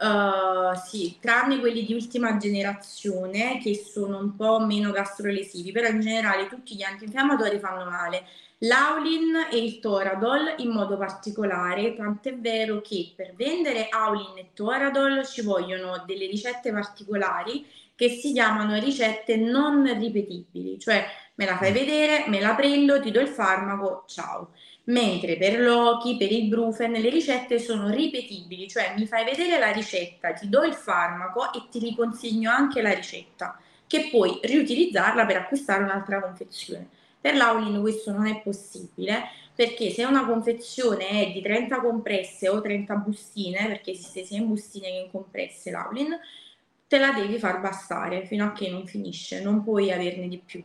Sì, tranne quelli di ultima generazione che sono un po' meno gastrolesivi, però in generale tutti gli antinfiammatori fanno male. L'Aulin e il Toradol in modo particolare, tant'è vero che per vendere Aulin e Toradol ci vogliono delle ricette particolari che si chiamano ricette non ripetibili, cioè me la fai vedere, me la prendo, ti do il farmaco, ciao. Mentre per l'Oki, per il Brufen, le ricette sono ripetibili, cioè mi fai vedere la ricetta, ti do il farmaco e ti riconsegno anche la ricetta, che puoi riutilizzarla per acquistare un'altra confezione. Per l'Aulin questo non è possibile, perché se una confezione è di 30 compresse o 30 bustine, perché esiste sia in bustine che in compresse l'Aulin, te la devi far bastare fino a che non finisce, non puoi averne di più.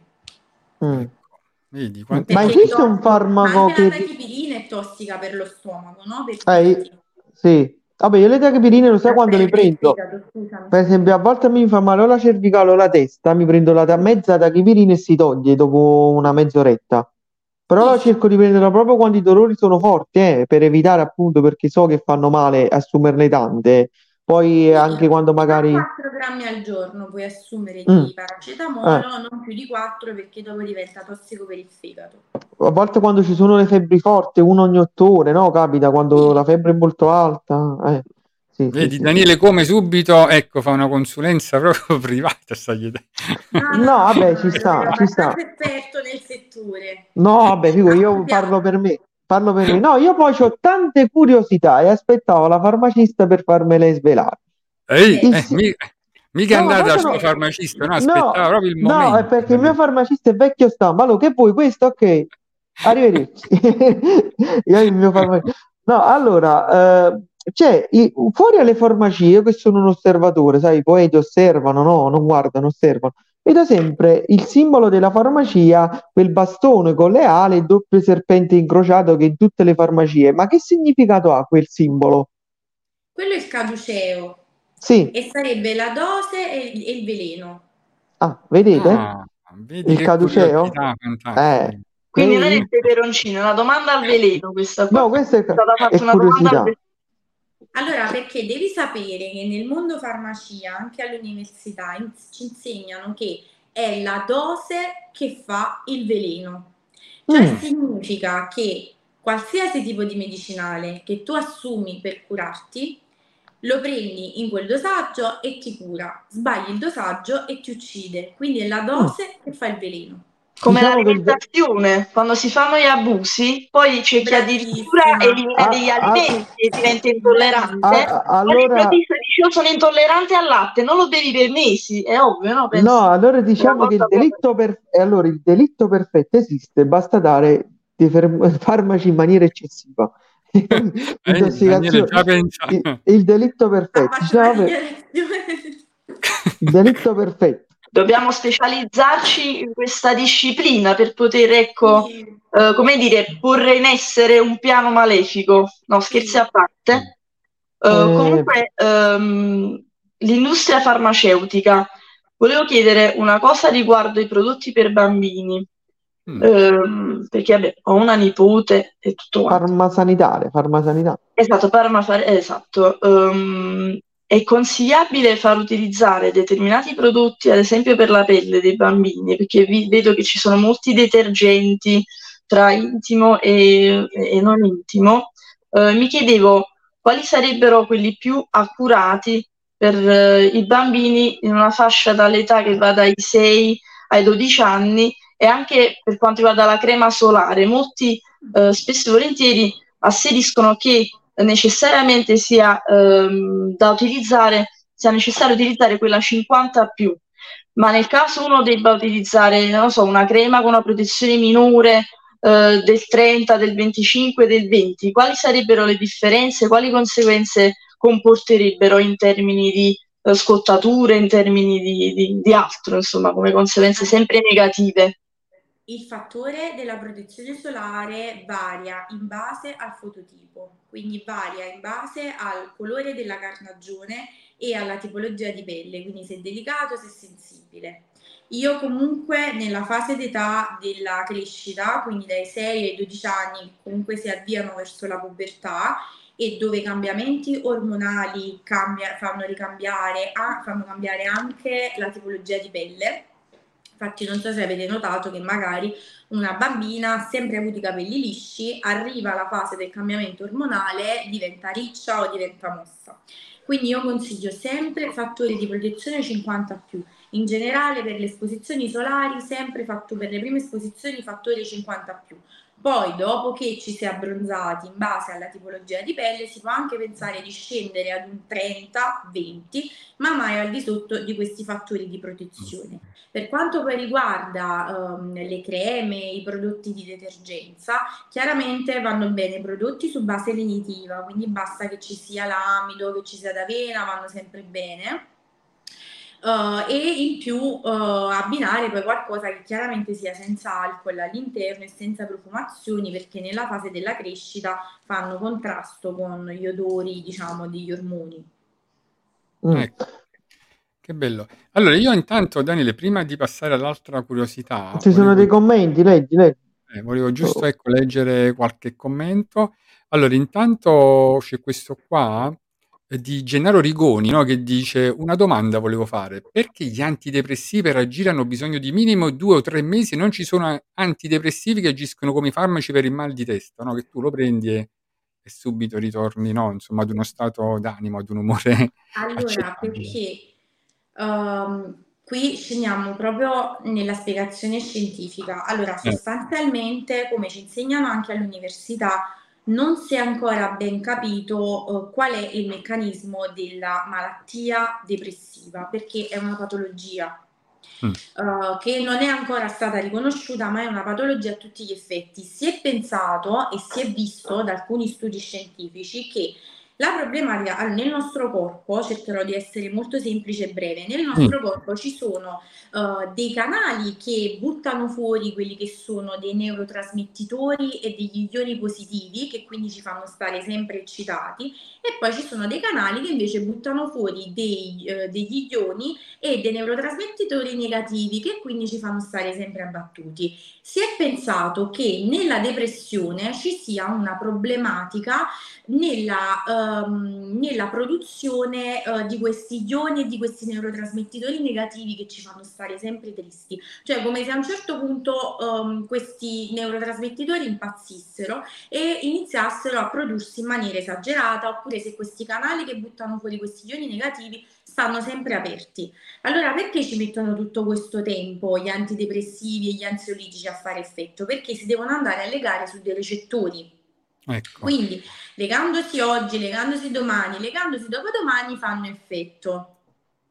Vedi, ma esiste un farmaco anche che... la tachipirina è tossica per lo stomaco, no? Sì. Vabbè, io le tachipirine lo sai quando le prendo? Per esempio, a volte mi fa male o la cervicale o la testa, mi prendo mezza tachipirina e si toglie dopo una mezz'oretta. Però cerco di prenderla proprio quando i dolori sono forti, per evitare appunto, perché so che fanno male assumerne tante. Poi anche quando magari... 4 grammi al giorno puoi assumere di paracetamolo, non più di 4 perché dopo diventa tossico per il fegato. A volte quando ci sono le febbri forti, uno ogni 8 ore, no? Capita quando la febbre è molto alta. Sì, vedi, sì, Daniele sì. come subito, ecco, fa una consulenza proprio privata, sta chiedendo. No, vabbè, ci sta. Esperto nel settore. No, vabbè, figo, io parlo per me. No, io poi ho tante curiosità e aspettavo la farmacista per farmele svelare. Mica andate al suo farmacista, no? Aspettava proprio il momento. No, è perché il mio farmacista è vecchio stampa. Allora, che vuoi questo? Ok, arrivederci. Io il mio farmacista. No, allora, fuori alle farmacie, che sono un osservatore, sai, i poeti osservano, no? Non guardano, osservano. Vedo sempre il simbolo della farmacia, quel bastone con le ali e il doppio serpente incrociato che in tutte le farmacie. Ma che significato ha quel simbolo? Quello è il caduceo. Sì. E sarebbe la dose e il veleno. Ah, vedete? Vedi il caduceo? Quindi non è il peperoncino, è una domanda al veleno questa qua. No, questa è una curiosità. Allora, perché devi sapere che nel mondo farmacia, anche all'università, ci insegnano che è la dose che fa il veleno. Cioè significa che qualsiasi tipo di medicinale che tu assumi per curarti, lo prendi in quel dosaggio e ti cura. Sbagli il dosaggio e ti uccide. Quindi è la dose che fa il veleno. Come l'alimentazione, quando si fanno gli abusi, poi c'è chi addirittura elimina degli alimenti e diventa intollerante. Allora dice io sono intollerante al latte, non lo bevi per mesi, è ovvio, no? No, allora diciamo che il delitto perfetto esiste, basta dare farmaci in maniera eccessiva. Daniele, già Intossicazione, pensa. il delitto perfetto. Faccio una Diciamo, dichiarazione. il delitto perfetto. Dobbiamo specializzarci in questa disciplina per poter, ecco, Sì, come dire, porre in essere un piano malefico. No, scherzi sì. a parte. Comunque, l'industria farmaceutica. Volevo chiedere una cosa riguardo i prodotti per bambini, perché vabbè, ho una nipote e tutto quanto. Farmasanitaria. Esatto, esatto. È consigliabile far utilizzare determinati prodotti, ad esempio per la pelle dei bambini, perché vedo che ci sono molti detergenti tra intimo e non intimo. Mi chiedevo quali sarebbero quelli più accurati per i bambini in una fascia dall'età che va dai 6 ai 12 anni e anche per quanto riguarda la crema solare. Molti spesso e volentieri asseriscono che necessariamente sia necessario utilizzare quella 50 più, ma nel caso uno debba utilizzare, non lo so, una crema con una protezione minore del 30, del 25, del 20, quali sarebbero le differenze, quali conseguenze comporterebbero in termini di scottature, in termini di altro, insomma, come conseguenze sempre negative? Il fattore della protezione solare varia in base al fototipo, quindi varia in base al colore della carnagione e alla tipologia di pelle, quindi se è delicato, se è sensibile. Io comunque nella fase d'età della crescita, quindi dai 6 ai 12 anni, comunque si avviano verso la pubertà e dove i cambiamenti ormonali fanno cambiare anche la tipologia di pelle. Infatti non so se avete notato che magari una bambina ha sempre avuto i capelli lisci, arriva alla fase del cambiamento ormonale, diventa riccia o diventa mossa. Quindi io consiglio sempre fattori di protezione 50 più. In generale per le esposizioni solari sempre per le prime esposizioni fattori 50 più. Poi dopo che ci si è abbronzati in base alla tipologia di pelle si può anche pensare di scendere ad un 30-20, ma mai al di sotto di questi fattori di protezione. Per quanto poi riguarda le creme, i prodotti di detergenza, chiaramente vanno bene i prodotti su base lenitiva, quindi basta che ci sia l'amido, che ci sia d'avena, vanno sempre bene. E in più abbinare poi qualcosa che chiaramente sia senza alcol all'interno e senza profumazioni, perché nella fase della crescita fanno contrasto con gli odori, diciamo, degli ormoni. Ecco, che bello. Allora, io intanto, Daniele, prima di passare all'altra curiosità, Ci sono dei commenti, leggi. volevo giusto leggere qualche commento. Allora, intanto c'è questo qua di Gennaro Rigoni, no, che dice: una domanda volevo fare, perché gli antidepressivi per agire hanno bisogno di minimo 2 o 3 mesi e non ci sono antidepressivi che agiscono come i farmaci per il mal di testa, no? Che tu lo prendi e subito ritorni, no? Insomma, ad uno stato d'animo, ad un umore Allora, accettabile. perché qui scendiamo proprio nella spiegazione scientifica. Allora, sostanzialmente, come ci insegnano anche all'università, non si è ancora ben capito qual è il meccanismo della malattia depressiva, perché è una patologia che non è ancora stata riconosciuta, ma è una patologia a tutti gli effetti. Si è pensato e si è visto da alcuni studi scientifici che la problematica nel nostro corpo, cercherò di essere molto semplice e breve, nel nostro corpo ci sono dei canali che buttano fuori quelli che sono dei neurotrasmettitori e degli ioni positivi che quindi ci fanno stare sempre eccitati, e poi ci sono dei canali che invece buttano fuori degli ioni e dei neurotrasmettitori negativi che quindi ci fanno stare sempre abbattuti. Si è pensato che nella depressione ci sia una problematica nella produzione di questi ioni e di questi neurotrasmettitori negativi che ci fanno stare sempre tristi, cioè come se a un certo punto questi neurotrasmettitori impazzissero e iniziassero a prodursi in maniera esagerata, oppure se questi canali che buttano fuori questi ioni negativi stanno sempre aperti. Allora perché ci mettono tutto questo tempo gli antidepressivi e gli ansiolitici a fare effetto? Perché si devono andare a legare su dei recettori. Ecco. Quindi legandosi oggi, legandosi domani, legandosi dopodomani fanno effetto.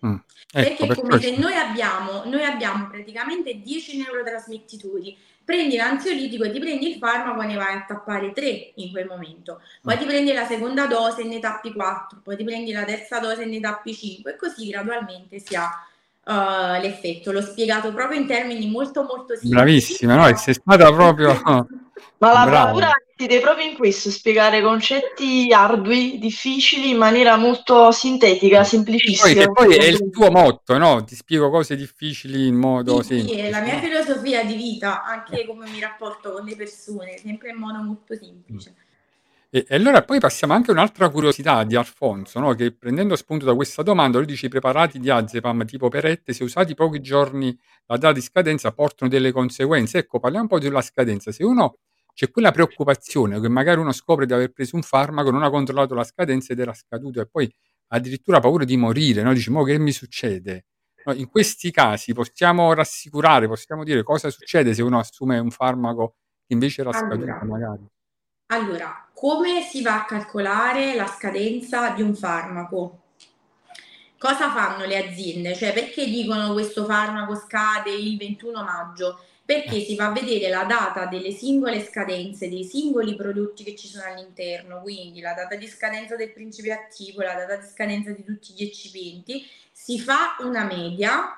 Ecco, Perché come se sì. noi abbiamo praticamente 10 neurotrasmettitori, prendi l'ansiolitico e ti prendi il farmaco e ne vai a tappare 3 in quel momento, poi ti prendi la seconda dose e ne tappi 4, poi ti prendi la terza dose e ne tappi 5 e così gradualmente si ha l'effetto. L'ho spiegato proprio in termini molto molto semplici. Bravissima, no? Sei stata proprio Ma la brava. bravura risiede proprio in questo, spiegare concetti ardui, difficili, in maniera molto sintetica, semplicistica. Poi è il tuo motto, no? Ti spiego cose difficili in modo Sì, è semplice. la mia No? filosofia di vita, anche come mi rapporto con le persone, sempre in modo molto semplice. E allora poi passiamo anche a un'altra curiosità di Alfonso, no? Che prendendo spunto da questa domanda, lui dice i preparati di azepam tipo Perette, se usati pochi giorni la data di scadenza, portano delle conseguenze. Ecco, parliamo un po' della scadenza. Se uno c'è quella preoccupazione che magari uno scopre di aver preso un farmaco, non ha controllato la scadenza ed era scaduto e poi addirittura ha paura di morire, no? Dici, mo che mi succede? No, in questi casi possiamo rassicurare, possiamo dire cosa succede se uno assume un farmaco che invece era scaduto magari. Allora, come si va a calcolare la scadenza di un farmaco? Cosa fanno le aziende? Cioè, perché dicono questo farmaco scade il 21 maggio? Perché si va a vedere la data delle singole scadenze dei singoli prodotti che ci sono all'interno, quindi la data di scadenza del principio attivo, la data di scadenza di tutti gli eccipienti, si fa una media.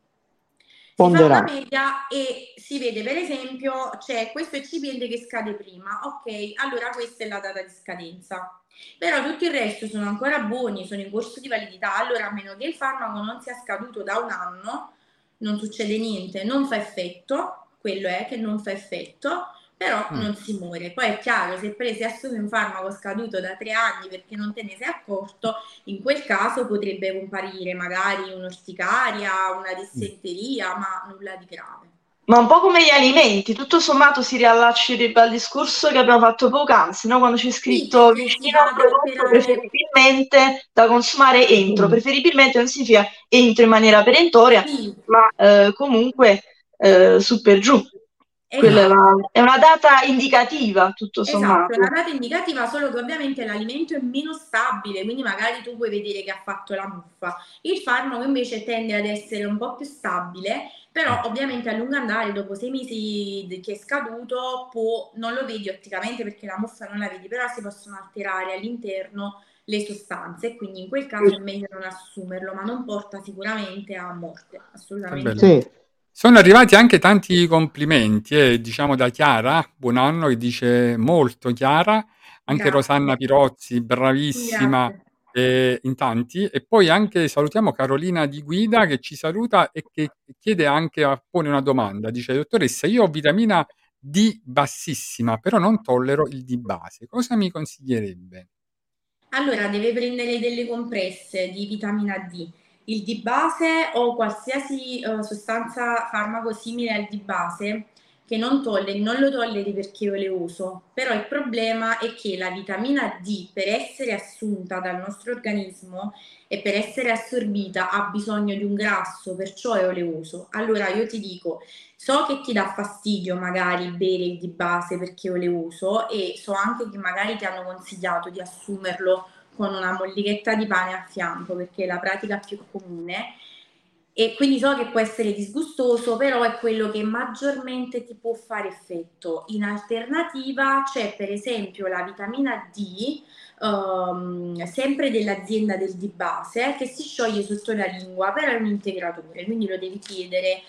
E si vede per esempio c'è questo eccipiente che scade prima, ok, allora questa è la data di scadenza, però tutto il resto sono ancora buoni, sono in corso di validità, allora a meno che il farmaco non sia scaduto da un anno non succede niente, non fa effetto, quello è che non fa effetto, però non si muore. Poi è chiaro, se presi assumi un farmaco scaduto da 3 anni perché non te ne sei accorto, in quel caso potrebbe comparire magari un'orticaria, una dissenteria, ma nulla di grave. Ma un po' come gli alimenti, tutto sommato si riallaccerebbe al discorso che abbiamo fatto poc'anzi, no? Quando c'è scritto vicino al prodotto preferibilmente da consumare entro, preferibilmente non significa entro in maniera perentoria, ma comunque su per giù. Esatto. È una data indicativa, tutto sommato. Esatto, è una data indicativa, solo che ovviamente l'alimento è meno stabile, quindi magari tu puoi vedere che ha fatto la muffa. Il farmaco invece tende ad essere un po' più stabile, però ovviamente a lungo andare, dopo 6 mesi che è scaduto, non lo vedi otticamente perché la muffa non la vedi, però si possono alterare all'interno le sostanze, quindi in quel caso è meglio non assumerlo, ma non porta sicuramente a morte, assolutamente. Sì. Sono arrivati anche tanti complimenti, diciamo da Chiara, buon anno, che dice molto Chiara, anche Grazie. Rosanna Pirozzi, bravissima, in tanti, e poi anche salutiamo Carolina Di Guida che ci saluta e che chiede anche, pone una domanda, dice dottoressa, io ho vitamina D bassissima, però non tollero il D base, cosa mi consiglierebbe? Allora, deve prendere delle compresse di vitamina D. Il D base o qualsiasi sostanza farmaco simile al D base che non lo tolleri perché io le uso, però il problema è che la vitamina D per essere assunta dal nostro organismo e per essere assorbita ha bisogno di un grasso, perciò io le uso. Allora io ti dico, so che ti dà fastidio magari bere il D base perché io le uso e so anche che magari ti hanno consigliato di assumerlo con una mollichetta di pane a fianco perché è la pratica più comune e quindi so che può essere disgustoso, però è quello che maggiormente ti può fare effetto. In alternativa c'è per esempio la vitamina D, sempre dell'azienda del D base, che si scioglie sotto la lingua, però è un integratore, quindi lo devi chiedere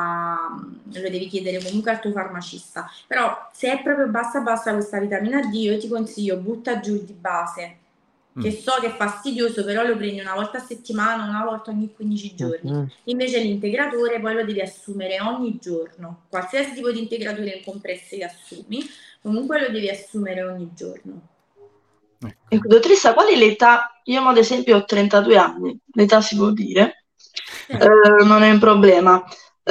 comunque al tuo farmacista. Però se è proprio bassa questa vitamina D, io ti consiglio butta giù il D base, che so che è fastidioso, però lo prendi una volta a settimana, una volta ogni 15 giorni. Invece l'integratore poi lo devi assumere ogni giorno. Qualsiasi tipo di integratore in compresse che assumi, comunque lo devi assumere ogni giorno. Ecco, dottoressa, qual è l'età? Io ad esempio ho 32 anni, l'età si può dire, non è un problema.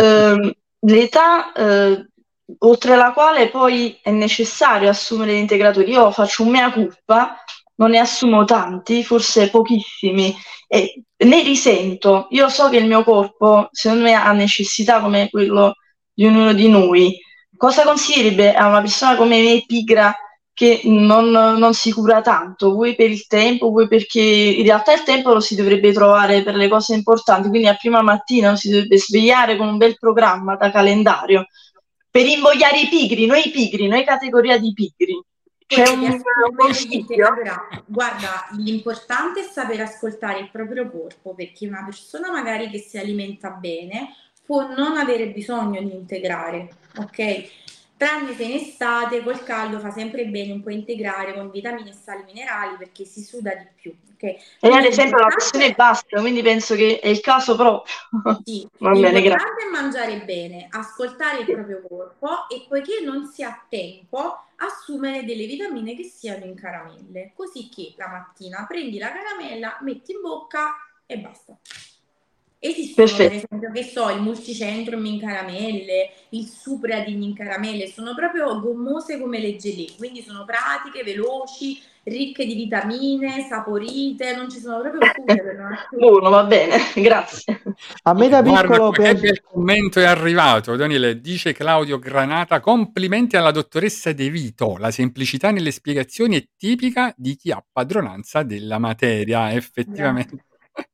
L'età oltre la quale poi è necessario assumere gli integratori. Io faccio un mea culpa, non ne assumo tanti, forse pochissimi, e ne risento. Io so che il mio corpo, secondo me, ha necessità come quello di ognuno di noi. Cosa consiglierebbe a una persona come me, pigra, che non si cura tanto, vuoi per il tempo, vuoi perché in realtà il tempo lo si dovrebbe trovare per le cose importanti, quindi a prima mattina si dovrebbe svegliare con un bel programma da calendario per invogliare i pigri, noi categoria di pigri. C'è Potrei un assolutamente, consiglio? allora, guarda, l'importante è saper ascoltare il proprio corpo, perché una persona magari che si alimenta bene può non avere bisogno di integrare, ok? Tranne se in estate col caldo fa sempre bene un po' integrare con vitamine e sali minerali perché si suda di più, ok? E ad Quindi esempio la questione basta, quindi penso che è il caso proprio. sì, Va bene, grazie. l'importante è mangiare bene, ascoltare il proprio corpo e poiché non si ha tempo, assumere delle vitamine che siano in caramelle, così che la mattina prendi la caramella, metti in bocca e basta. Esistono per Perfetto. esempio, che so, il multicentrum in caramelle, il supradin in caramelle, sono proprio gommose come le gelée, quindi sono pratiche, veloci, ricche di vitamine, saporite, non ci sono proprio scuse per non Buono, va bene, grazie. A me da Guarda, piccolo che piace. bel commento è arrivato, Daniele. Dice Claudio Granata: complimenti alla dottoressa De Vito. La semplicità nelle spiegazioni è tipica di chi ha padronanza della materia. Effettivamente,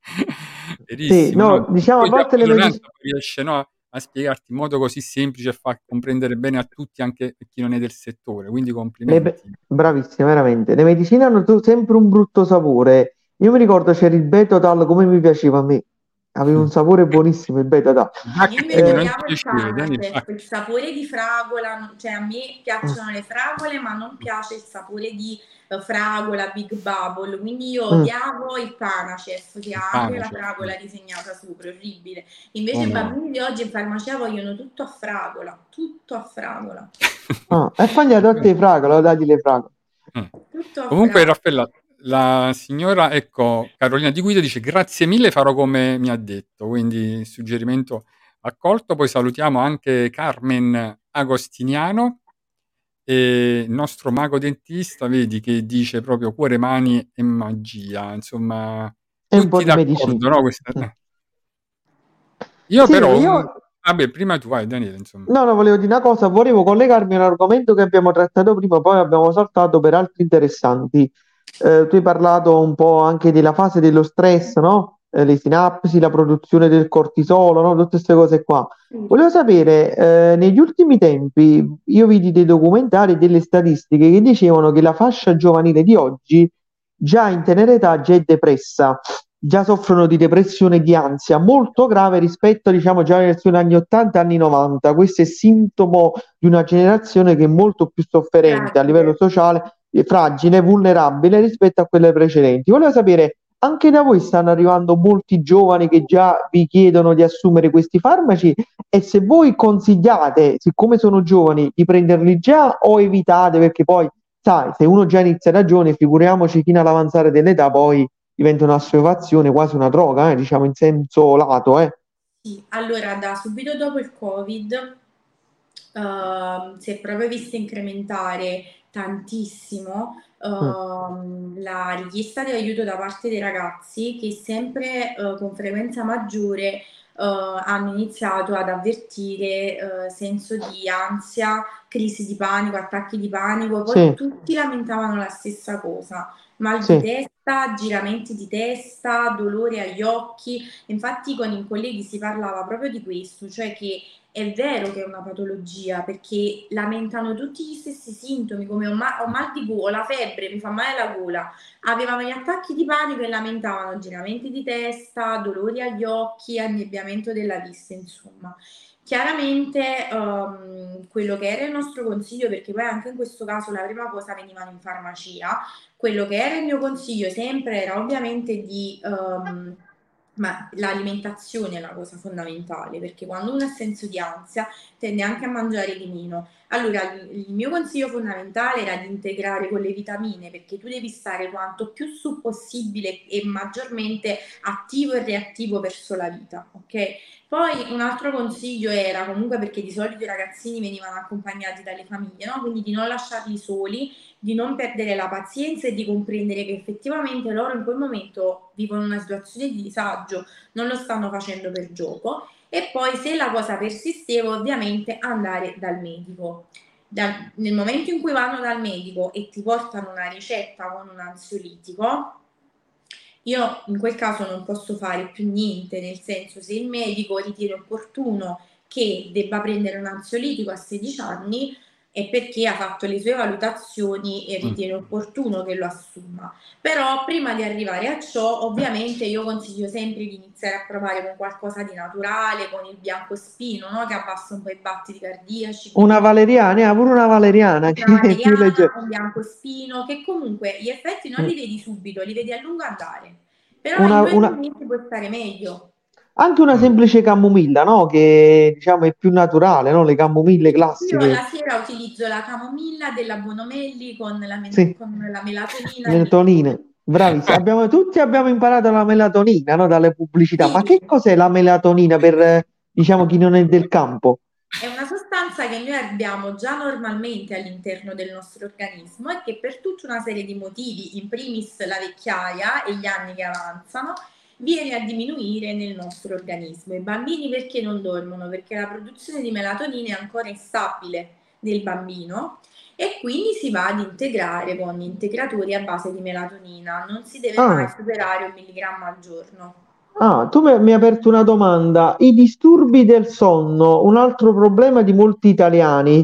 Sì, verissimo, no? no, diciamo a Poi chi ha volte le padronanza medicine. riesce, no, a spiegarti in modo così semplice e fa comprendere bene a tutti, anche a chi non è del settore. Quindi complimenti. Bravissima, veramente. Le medicine hanno sempre un brutto sapore. Io mi ricordo c'era il Betotal come mi piaceva a me. Aveva un sapore buonissimo il Betotal. Già Io che invece quindi non ti odiavo il piaceva, Daniele. Panacef, il sapore di fragola, cioè a me piacciono le fragole, ma non piace il sapore di fragola, Big Bubble, quindi io Mm. odiavo il Panacef, che ha anche la Panacef, fragola mm. disegnata sopra, orribile. Invece i Oh, bambini di oggi in farmacia vogliono tutto a fragola, tutto a fragola, Ah, e poi gli ha dato i fragole, ho dato le fragole. Mm. tutto a Comunque, fragola. Raffaella, la signora, ecco, Carolina Di Guido dice grazie mille, farò come mi ha detto, quindi suggerimento accolto. Poi salutiamo anche Carmen Agostiniano, e il nostro mago dentista, vedi che dice proprio cuore, mani e magia, insomma, E un po' tutti di medicina. d'accordo, no? Mm. Io Sì, però, io vabbè, prima tu vai, Daniele, insomma. no, volevo dire una cosa, volevo collegarmi a un argomento che abbiamo trattato prima, poi abbiamo saltato per altri interessanti. Tu hai parlato un po' anche della fase dello stress, no? Le sinapsi, la produzione del cortisolo, no? Tutte queste cose qua. Volevo sapere, negli ultimi tempi io vidi dei documentari e delle statistiche che dicevano che la fascia giovanile di oggi già in tenera età già è depressa, già soffrono di depressione e di ansia molto grave rispetto, diciamo, già alle generazioni anni 80 anni 90. Questo è sintomo di una generazione che è molto più sofferente a livello Fragile. sociale, fragile, vulnerabile rispetto a quelle precedenti. Volevo sapere, anche da voi stanno arrivando molti giovani che già vi chiedono di assumere questi farmaci e se voi consigliate, siccome sono giovani, di prenderli già o evitate perché poi, sai, se uno già inizia da giovane, figuriamoci fino all'avanzare dell'età, poi diventa un'assuefazione, quasi una droga, diciamo in senso lato, eh. Sì, allora da subito dopo il Covid si è proprio vista incrementare tantissimo Mm. la richiesta di aiuto da parte dei ragazzi che sempre con frequenza maggiore hanno iniziato ad avvertire senso di ansia, crisi di panico, attacchi di panico, poi Sì, tutti lamentavano la stessa cosa, mal di sì, testa, giramenti di testa, dolore agli occhi. Infatti con i colleghi si parlava proprio di questo, cioè che è vero che è una patologia perché lamentano tutti gli stessi sintomi come ho mal di gola, febbre, mi fa male la gola. Avevano gli attacchi di panico e lamentavano giramenti di testa, dolori agli occhi, annebbiamento della vista, insomma. Chiaramente quello che era il nostro consiglio, perché poi anche in questo caso la prima cosa venivano in farmacia, quello che era il mio consiglio sempre era ovviamente di ma l'alimentazione è la cosa fondamentale, perché quando uno ha senso di ansia tende anche a mangiare di meno. Allora, il mio consiglio fondamentale era di integrare con le vitamine, perché tu devi stare quanto più su possibile e maggiormente attivo e reattivo verso la vita, ok? Poi un altro consiglio era comunque perché di solito i ragazzini venivano accompagnati dalle famiglie, no? Quindi di non lasciarli soli, di non perdere la pazienza e di comprendere che effettivamente loro in quel momento vivono una situazione di disagio, non lo stanno facendo per gioco e poi se la cosa persisteva ovviamente andare dal medico. nel momento in cui vanno dal medico e ti portano una ricetta con un ansiolitico, io in quel caso non posso fare più niente, nel senso, se il medico ritiene opportuno che debba prendere un ansiolitico a 16 anni è perché ha fatto le sue valutazioni e ritiene opportuno che lo assuma. Però prima di arrivare a ciò, ovviamente io consiglio sempre di iniziare a provare con qualcosa di naturale, con il biancospino, no? Che abbassa un po' i battiti cardiaci. Una valeriana, pure una valeriana che Una è più leggera. valeriana, un biancospino, che comunque gli effetti non li vedi subito, li vedi a lungo andare. Però Una, in 2 una, mesi può stare meglio. anche una semplice camomilla, no? Che diciamo è più naturale, no? Le camomille Io classiche. la sera utilizzo la camomilla della Bonomelli con la Sì, melatonina e melatonina. Bravissima. Tutti abbiamo imparato la melatonina, no? Dalle pubblicità. Ma che sì, cos'è la melatonina per, diciamo, chi non è del campo? è una sostanza che noi abbiamo già normalmente all'interno del nostro organismo e che per tutta una serie di motivi, in primis la vecchiaia e gli anni che avanzano, viene a diminuire nel nostro organismo. I bambini perché non dormono? Perché la produzione di melatonina è ancora instabile nel bambino e quindi si va ad integrare con integratori a base di melatonina. Non si deve mai Ah, superare 1 milligrammo al giorno. tu mi hai aperto una domanda. I disturbi del sonno, un altro problema di molti italiani.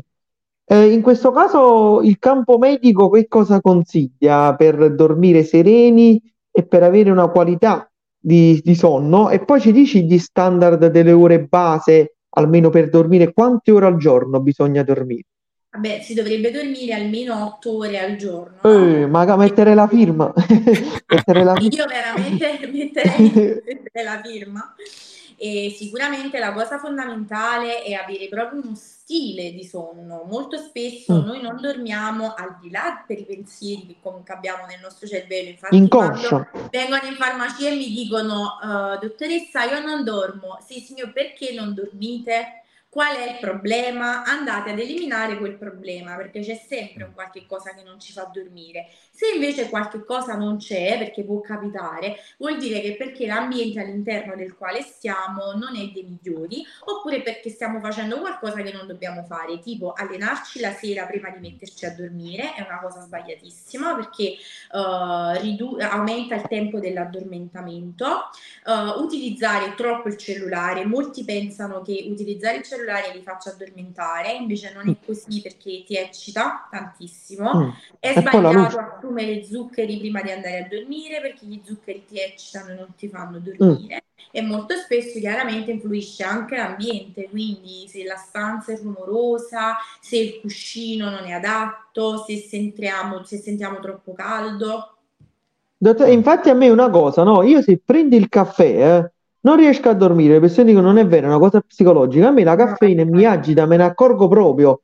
In questo caso il campo medico che cosa consiglia per dormire sereni e per avere una qualità di sonno? E poi ci dici gli standard delle ore base, almeno per dormire, quante ore al giorno bisogna dormire? Vabbè, si dovrebbe dormire almeno 8 ore al giorno, no? Ma mettere la firma. Mettere la firma. Io veramente metterei la firma. E sicuramente la cosa fondamentale è avere proprio uno stile di sonno. Molto spesso Mm. noi non dormiamo al di là per i pensieri che comunque abbiamo nel nostro cervello. Infatti, Inconscio. quando vengono in farmacia e mi dicono, dottoressa, io non dormo. Sì, signor, perché non dormite? Qual è il problema? Andate ad eliminare quel problema perché c'è sempre un qualche cosa che non ci fa dormire. Se invece qualche cosa non c'è, perché può capitare, vuol dire che perché l'ambiente all'interno del quale stiamo non è dei migliori, oppure perché stiamo facendo qualcosa che non dobbiamo fare, tipo allenarci la sera prima di metterci a dormire, è una cosa sbagliatissima perché aumenta il tempo dell'addormentamento, utilizzare troppo il cellulare, molti pensano che utilizzare il cellulare li faccia addormentare, invece non è così perché ti eccita tantissimo. È E poi la sbagliato luce. assumere zuccheri prima di andare a dormire perché gli zuccheri ti eccitano e non ti fanno dormire e molto spesso chiaramente influisce anche l'ambiente, quindi se la stanza è rumorosa, se il cuscino non è adatto, se sentiamo troppo caldo. Infatti a me è una cosa, no? Io se prendi il caffè, non riesco a dormire, le persone dicono non è vero, è una cosa psicologica. A me la caffeina mi agita, me ne accorgo proprio.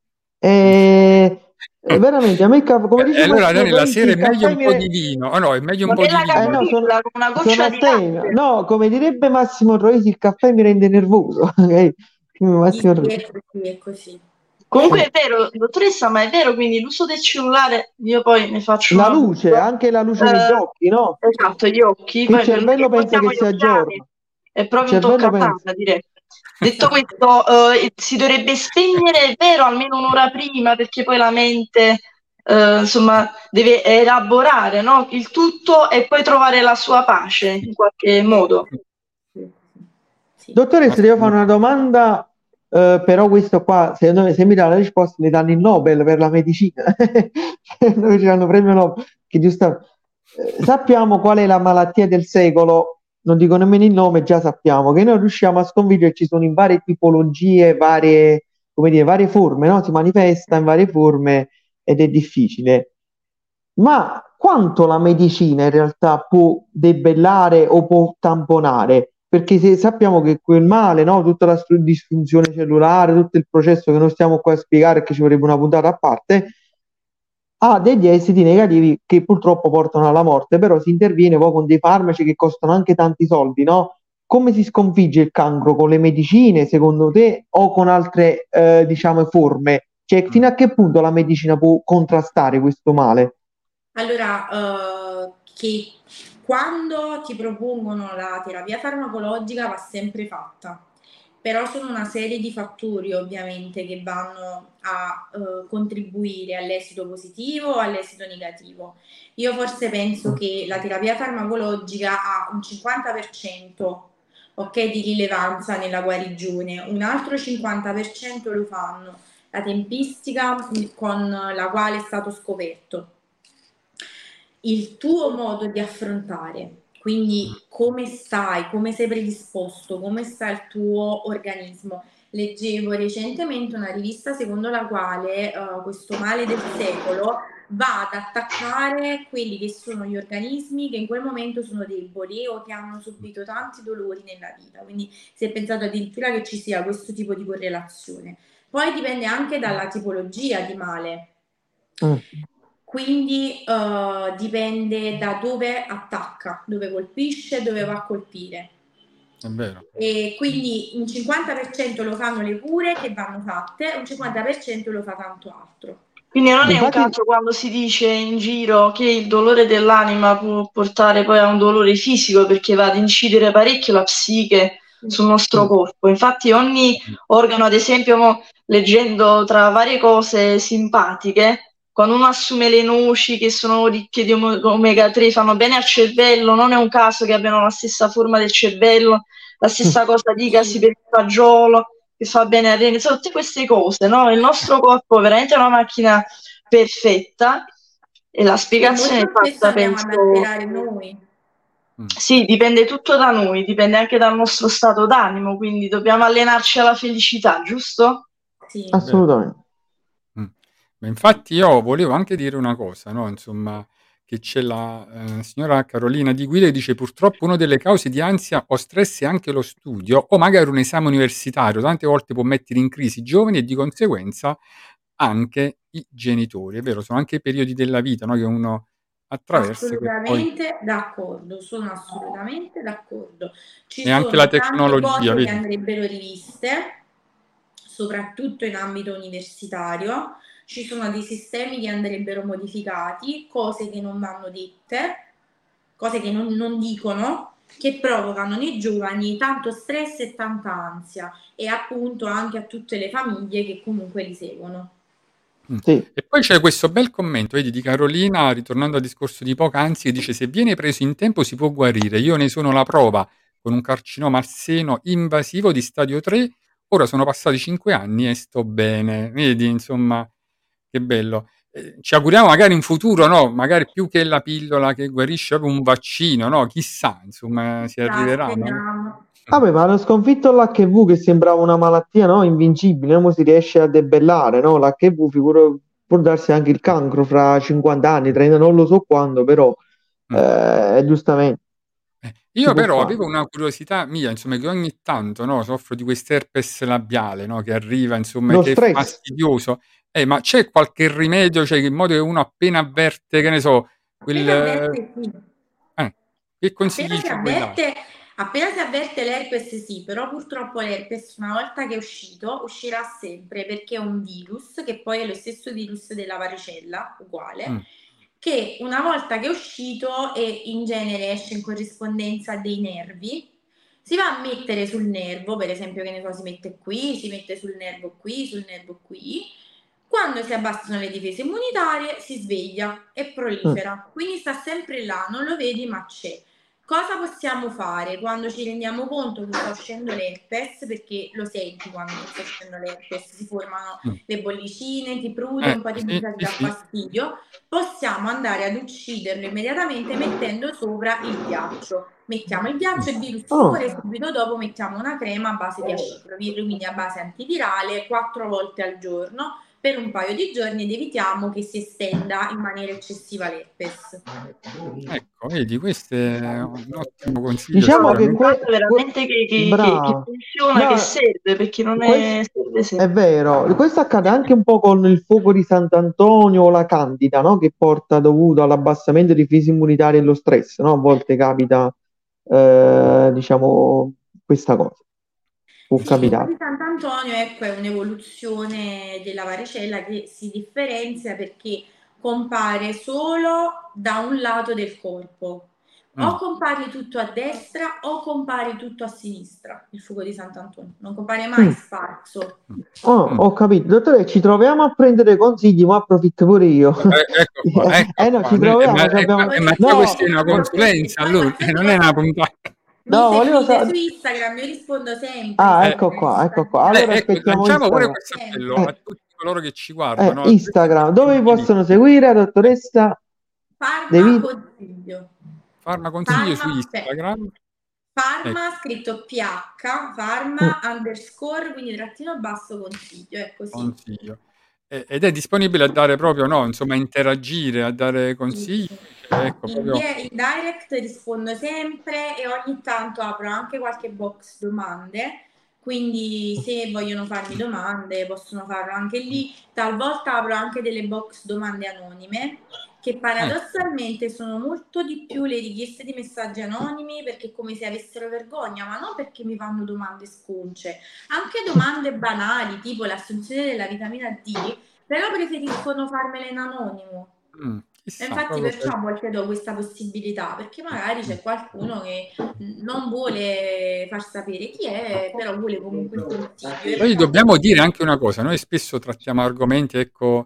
Veramente, a me, come E dice allora Massimo Dani, la Troisi, sera il è meglio caffè un po' di vino. Oh no, è meglio un Ma po' di della vino. no, camomilla con una sono goccia di astemio. latte. No, come direbbe Massimo Troisi, il caffè mi rende nervoso. Ok? Sì, Massimo sì, Troisi. è così, è così. Comunque è vero, dottoressa, ma è vero, quindi l'uso del cellulare, io poi ne faccio un La luce, abuso. anche la luce negli occhi, no? Esatto, gli occhi, Che il poi per noi che cervello pensa che portiamo gli sia occhiali giorno. è Il proprio un cervello pensa. toccasana, direi. Detto Esatto. questo, si dovrebbe spegnere, è vero, almeno un'ora prima, perché poi la mente, insomma, deve elaborare, no? Il tutto e poi trovare la sua pace in qualche modo. Sì. Dottoressa, devo fare una domanda, però questo qua, secondo me, se mi dà la risposta, mi danno il Nobel per la medicina. Noi ci danno premio Nobel, che giusto, sappiamo qual è la malattia del secolo, non dico nemmeno il nome, già sappiamo che non riusciamo a sconfiggere, ci sono in varie tipologie, varie, come dire, varie forme, no? Si manifesta in varie forme ed è difficile. Ma quanto la medicina in realtà può debellare o può tamponare? Perché se sappiamo che quel male, no, tutta la disfunzione cellulare, tutto il processo che non stiamo qua a spiegare, che ci vorrebbe una puntata a parte, ha degli esiti negativi che purtroppo portano alla morte, però si interviene poi con dei farmaci che costano anche tanti soldi, no? Come si sconfigge il cancro? Con le medicine, secondo te, o con altre, diciamo, forme? Cioè, fino a che punto la medicina può contrastare questo male? Allora, che quando ti propongono la terapia farmacologica va sempre fatta, però sono una serie di fattori ovviamente che vanno a contribuire all'esito positivo o all'esito negativo. Io forse penso che la terapia farmacologica ha un 50%, ok, di rilevanza nella guarigione, un altro 50% lo fanno la tempistica con la quale è stato scoperto, il tuo modo di affrontare, quindi come stai, come sei predisposto, come sta il tuo organismo. Leggevo recentemente una rivista secondo la quale questo male del secolo va ad attaccare quelli che sono gli organismi che in quel momento sono deboli o che hanno subito tanti dolori nella vita, quindi si è pensato addirittura che ci sia questo tipo di correlazione. Poi dipende anche dalla tipologia di male. Quindi dipende da dove attacca, dove colpisce, dove va a colpire. È vero. E quindi un 50% lo fanno le cure che vanno fatte, un 50% lo fa tanto altro. Quindi non è un caso quando si dice in giro che il dolore dell'anima può portare poi a un dolore fisico, perché va ad incidere parecchio la psiche sul nostro corpo. Infatti ogni organo, ad esempio, leggendo tra varie cose simpatiche, quando uno assume le noci che sono ricche di omega 3, fanno bene al cervello, non è un caso che abbiano la stessa forma del cervello, la stessa cosa dicasi per il fagiolo, che fa bene al rene, tutte queste cose, no? Il nostro corpo è veramente una macchina perfetta e la spiegazione è fatta, penso... noi. Sì, dipende tutto da noi, dipende anche dal nostro stato d'animo, quindi dobbiamo allenarci alla felicità, giusto? Sì. Assolutamente. Ma infatti io volevo anche dire una cosa, no? Insomma, che c'è la signora Carolina Di Guida che dice purtroppo una delle cause di ansia o stress è anche lo studio o magari un esame universitario, tante volte può mettere in crisi i giovani e di conseguenza anche i genitori. È vero, sono anche i periodi della vita, no? Che uno attraversa. Assolutamente d'accordo, sono assolutamente d'accordo. Ci e anche sono la tante tecnologia, cose vedi? che andrebbero riviste, soprattutto in ambito universitario. Ci sono dei sistemi che andrebbero modificati, cose che non vanno dette, cose che non dicono, che provocano nei giovani tanto stress e tanta ansia e appunto anche a tutte le famiglie che comunque li seguono. Sì. E poi c'è questo bel commento, vedi, di Carolina, ritornando al discorso di poc'anzi, che dice se viene preso in tempo si può guarire. Io ne sono la prova con un carcinoma al seno invasivo di stadio 3, ora sono passati 5 anni e sto bene. Vedi, insomma, che bello. Ci auguriamo magari in futuro, no? Magari più che la pillola che guarisce, proprio un vaccino, no? Chissà, insomma, si arriverà, no? Vabbè, ma hanno sconfitto l'HIV che sembrava una malattia, no? Invincibile, non si riesce a debellare, no? L'HIV può darsi anche il cancro fra 50 anni, 30, non lo so quando, però giustamente. Io però avevo una curiosità mia, insomma, che ogni tanto, no, soffro di quest'herpes labiale, no, che arriva, insomma, Lo che è stress. fastidioso. Ma c'è qualche rimedio, cioè, in modo che uno appena avverte, che ne so, che consigli ci puoi dare? Appena si avverte l'herpes sì, però purtroppo l'herpes una volta che è uscito uscirà sempre perché è un virus che poi è lo stesso virus della varicella, uguale, che una volta che è uscito e in genere esce in corrispondenza dei nervi, si va a mettere sul nervo, per esempio che ne so, si mette qui, si mette sul nervo qui, quando si abbassano le difese immunitarie si sveglia e prolifera, quindi sta sempre là, non lo vedi ma c'è. Cosa possiamo fare quando ci rendiamo conto che sta uscendo l'herpes? Perché lo senti quando sta uscendo l'herpes, si formano le bollicine, ti prude, un po' di brucia, ti dà fastidio. Possiamo andare ad ucciderlo immediatamente mettendo sopra il ghiaccio. Mettiamo il ghiaccio e il virus muore, subito dopo mettiamo una crema a base di aciclovir, quindi a base antivirale, 4 volte al giorno per un paio di giorni ed evitiamo che si estenda in maniera eccessiva l'herpes. Ecco, vedi, questo è un ottimo consiglio. Diciamo che veramente che funziona, che serve, perché non è è vero, questo accade anche un po' con il fuoco di Sant'Antonio o la Candida, no? Che porta dovuto all'abbassamento dei difese immunitari e lo stress, no? A volte capita, diciamo, questa cosa. Può capitare. Il Sant'Antonio, ecco, è un'evoluzione della varicella che si differenzia perché compare solo da un lato del corpo, o compare tutto a destra o compare tutto a sinistra, il fuoco di Sant'Antonio, non compare mai sparso. Ho capito. Dottore, ci troviamo a prendere consigli, ma approfitto pure io. Ecco qua, ecco No, qua. ci troviamo, Ma no, questa è una consulenza, lui, non è una puntata. Mi no, volevo seguite sapere. su Instagram, io rispondo sempre. Ah, sempre ecco qua, ecco qua. Instagram. Allora Ecco, aspettiamo lanciamo pure Instagram. questo appello a tutti coloro che ci guardano. Instagram. Dove vi possono seguire, dottoressa? Farma consiglio. Farma consiglio su Instagram. Farma scritto PH, farma underscore, quindi trattino basso consiglio, è così. Consiglio. Ed è disponibile a dare proprio, no, insomma, a interagire, a dare consigli. Ecco, proprio... In direct rispondo sempre e ogni tanto apro anche qualche box domande, quindi se vogliono farmi domande possono farlo anche lì. Talvolta apro anche delle box domande anonime, che paradossalmente sono molto di più le richieste di messaggi anonimi, perché è come se avessero vergogna, ma non perché mi fanno domande sconce, anche domande banali tipo l'assunzione della vitamina D, però preferiscono farmele in anonimo. Chissà, infatti perciò a volte do questa possibilità, perché magari c'è qualcuno che non vuole far sapere chi è, però vuole comunque il consiglio. Poi dobbiamo dire anche una cosa, noi spesso trattiamo argomenti, ecco,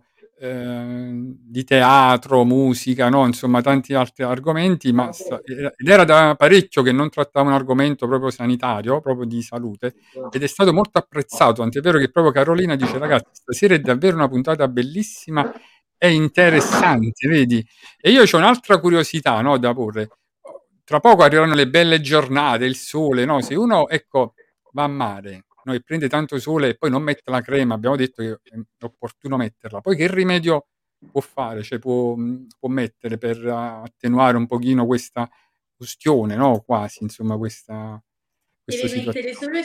di teatro, musica, no? Insomma tanti altri argomenti, ed era da parecchio che non trattavo un argomento proprio sanitario, proprio di salute, ed è stato molto apprezzato, tant'è vero che proprio Carolina dice: ragazzi, stasera è davvero una puntata bellissima e interessante, vedi? E io ho un'altra curiosità, no, da porre. Tra poco arriveranno le belle giornate, il sole, no? Se uno, ecco, va a mare, no, e prende tanto sole e poi non mette la crema, abbiamo detto che è opportuno metterla. Poi che rimedio può fare? Cioè può mettere per attenuare un pochino questa ustione, no? Quasi, insomma, questa Deve situazione. mettere solo il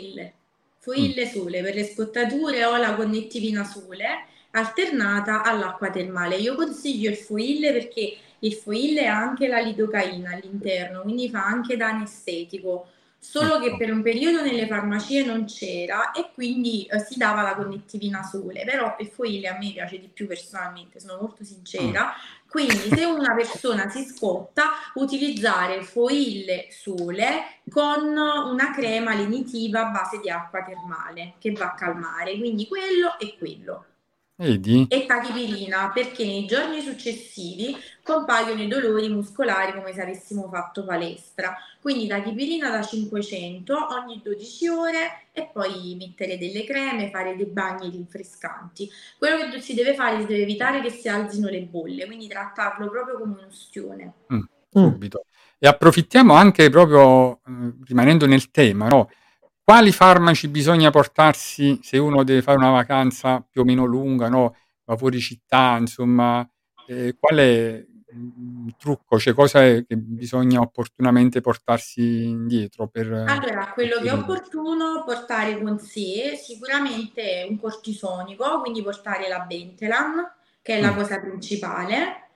foille sole per le scottature o la connettivina sole alternata all'acqua termale. Io consiglio il foille perché il foille ha anche la lidocaina all'interno, quindi fa anche da anestetico. Solo che per un periodo nelle farmacie non c'era e quindi si dava la connettivina sole, però il foille a me piace di più personalmente, sono molto sincera, quindi se una persona si scotta, utilizzare il foille sole con una crema lenitiva a base di acqua termale che va a calmare, quindi quello e quello. Vedi? E tachipirina perché nei giorni successivi compaiono i dolori muscolari come se avessimo fatto palestra, quindi tachipirina da 500 ogni 12 ore e poi mettere delle creme, fare dei bagni rinfrescanti. Quello che si deve fare, si deve evitare che si alzino le bolle, quindi trattarlo proprio come un'ustione. Subito. E approfittiamo anche proprio, rimanendo nel tema, no? Quali farmaci bisogna portarsi se uno deve fare una vacanza più o meno lunga, no? Va fuori città, insomma, qual è il trucco? Cioè, cosa è che bisogna opportunamente portarsi indietro per Allora, quello che è periodo? opportuno portare con sé sicuramente un cortisonico, quindi portare la Bentelan, che è la cosa principale,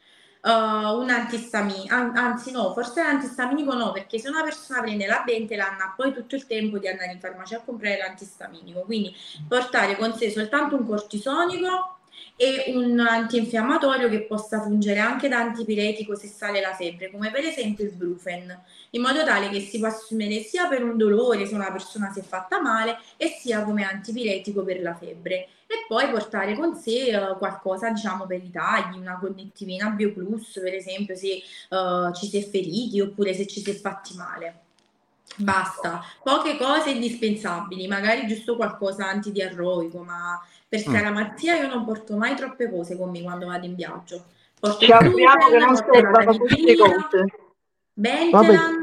un antistaminico, anzi no, forse l'antistaminico no, perché se una persona prende la Bentelan ha poi tutto il tempo di andare in farmacia a comprare l'antistaminico, quindi portare con sé soltanto un cortisonico e un antinfiammatorio che possa fungere anche da antipiretico se sale la febbre, come per esempio il Brufen, in modo tale che si può assumere sia per un dolore se una persona si è fatta male e sia come antipiretico per la febbre. E poi portare con sé qualcosa, diciamo, per i tagli, una connettivina BioPlus, per esempio, se ci si è feriti oppure se ci si è fatti male. Basta, poche cose indispensabili, magari giusto qualcosa antidiarroico, ma per scaramanzia io non porto mai troppe cose con me quando vado in viaggio. Porto Ci auguriamo che non servano queste cose. Bentelan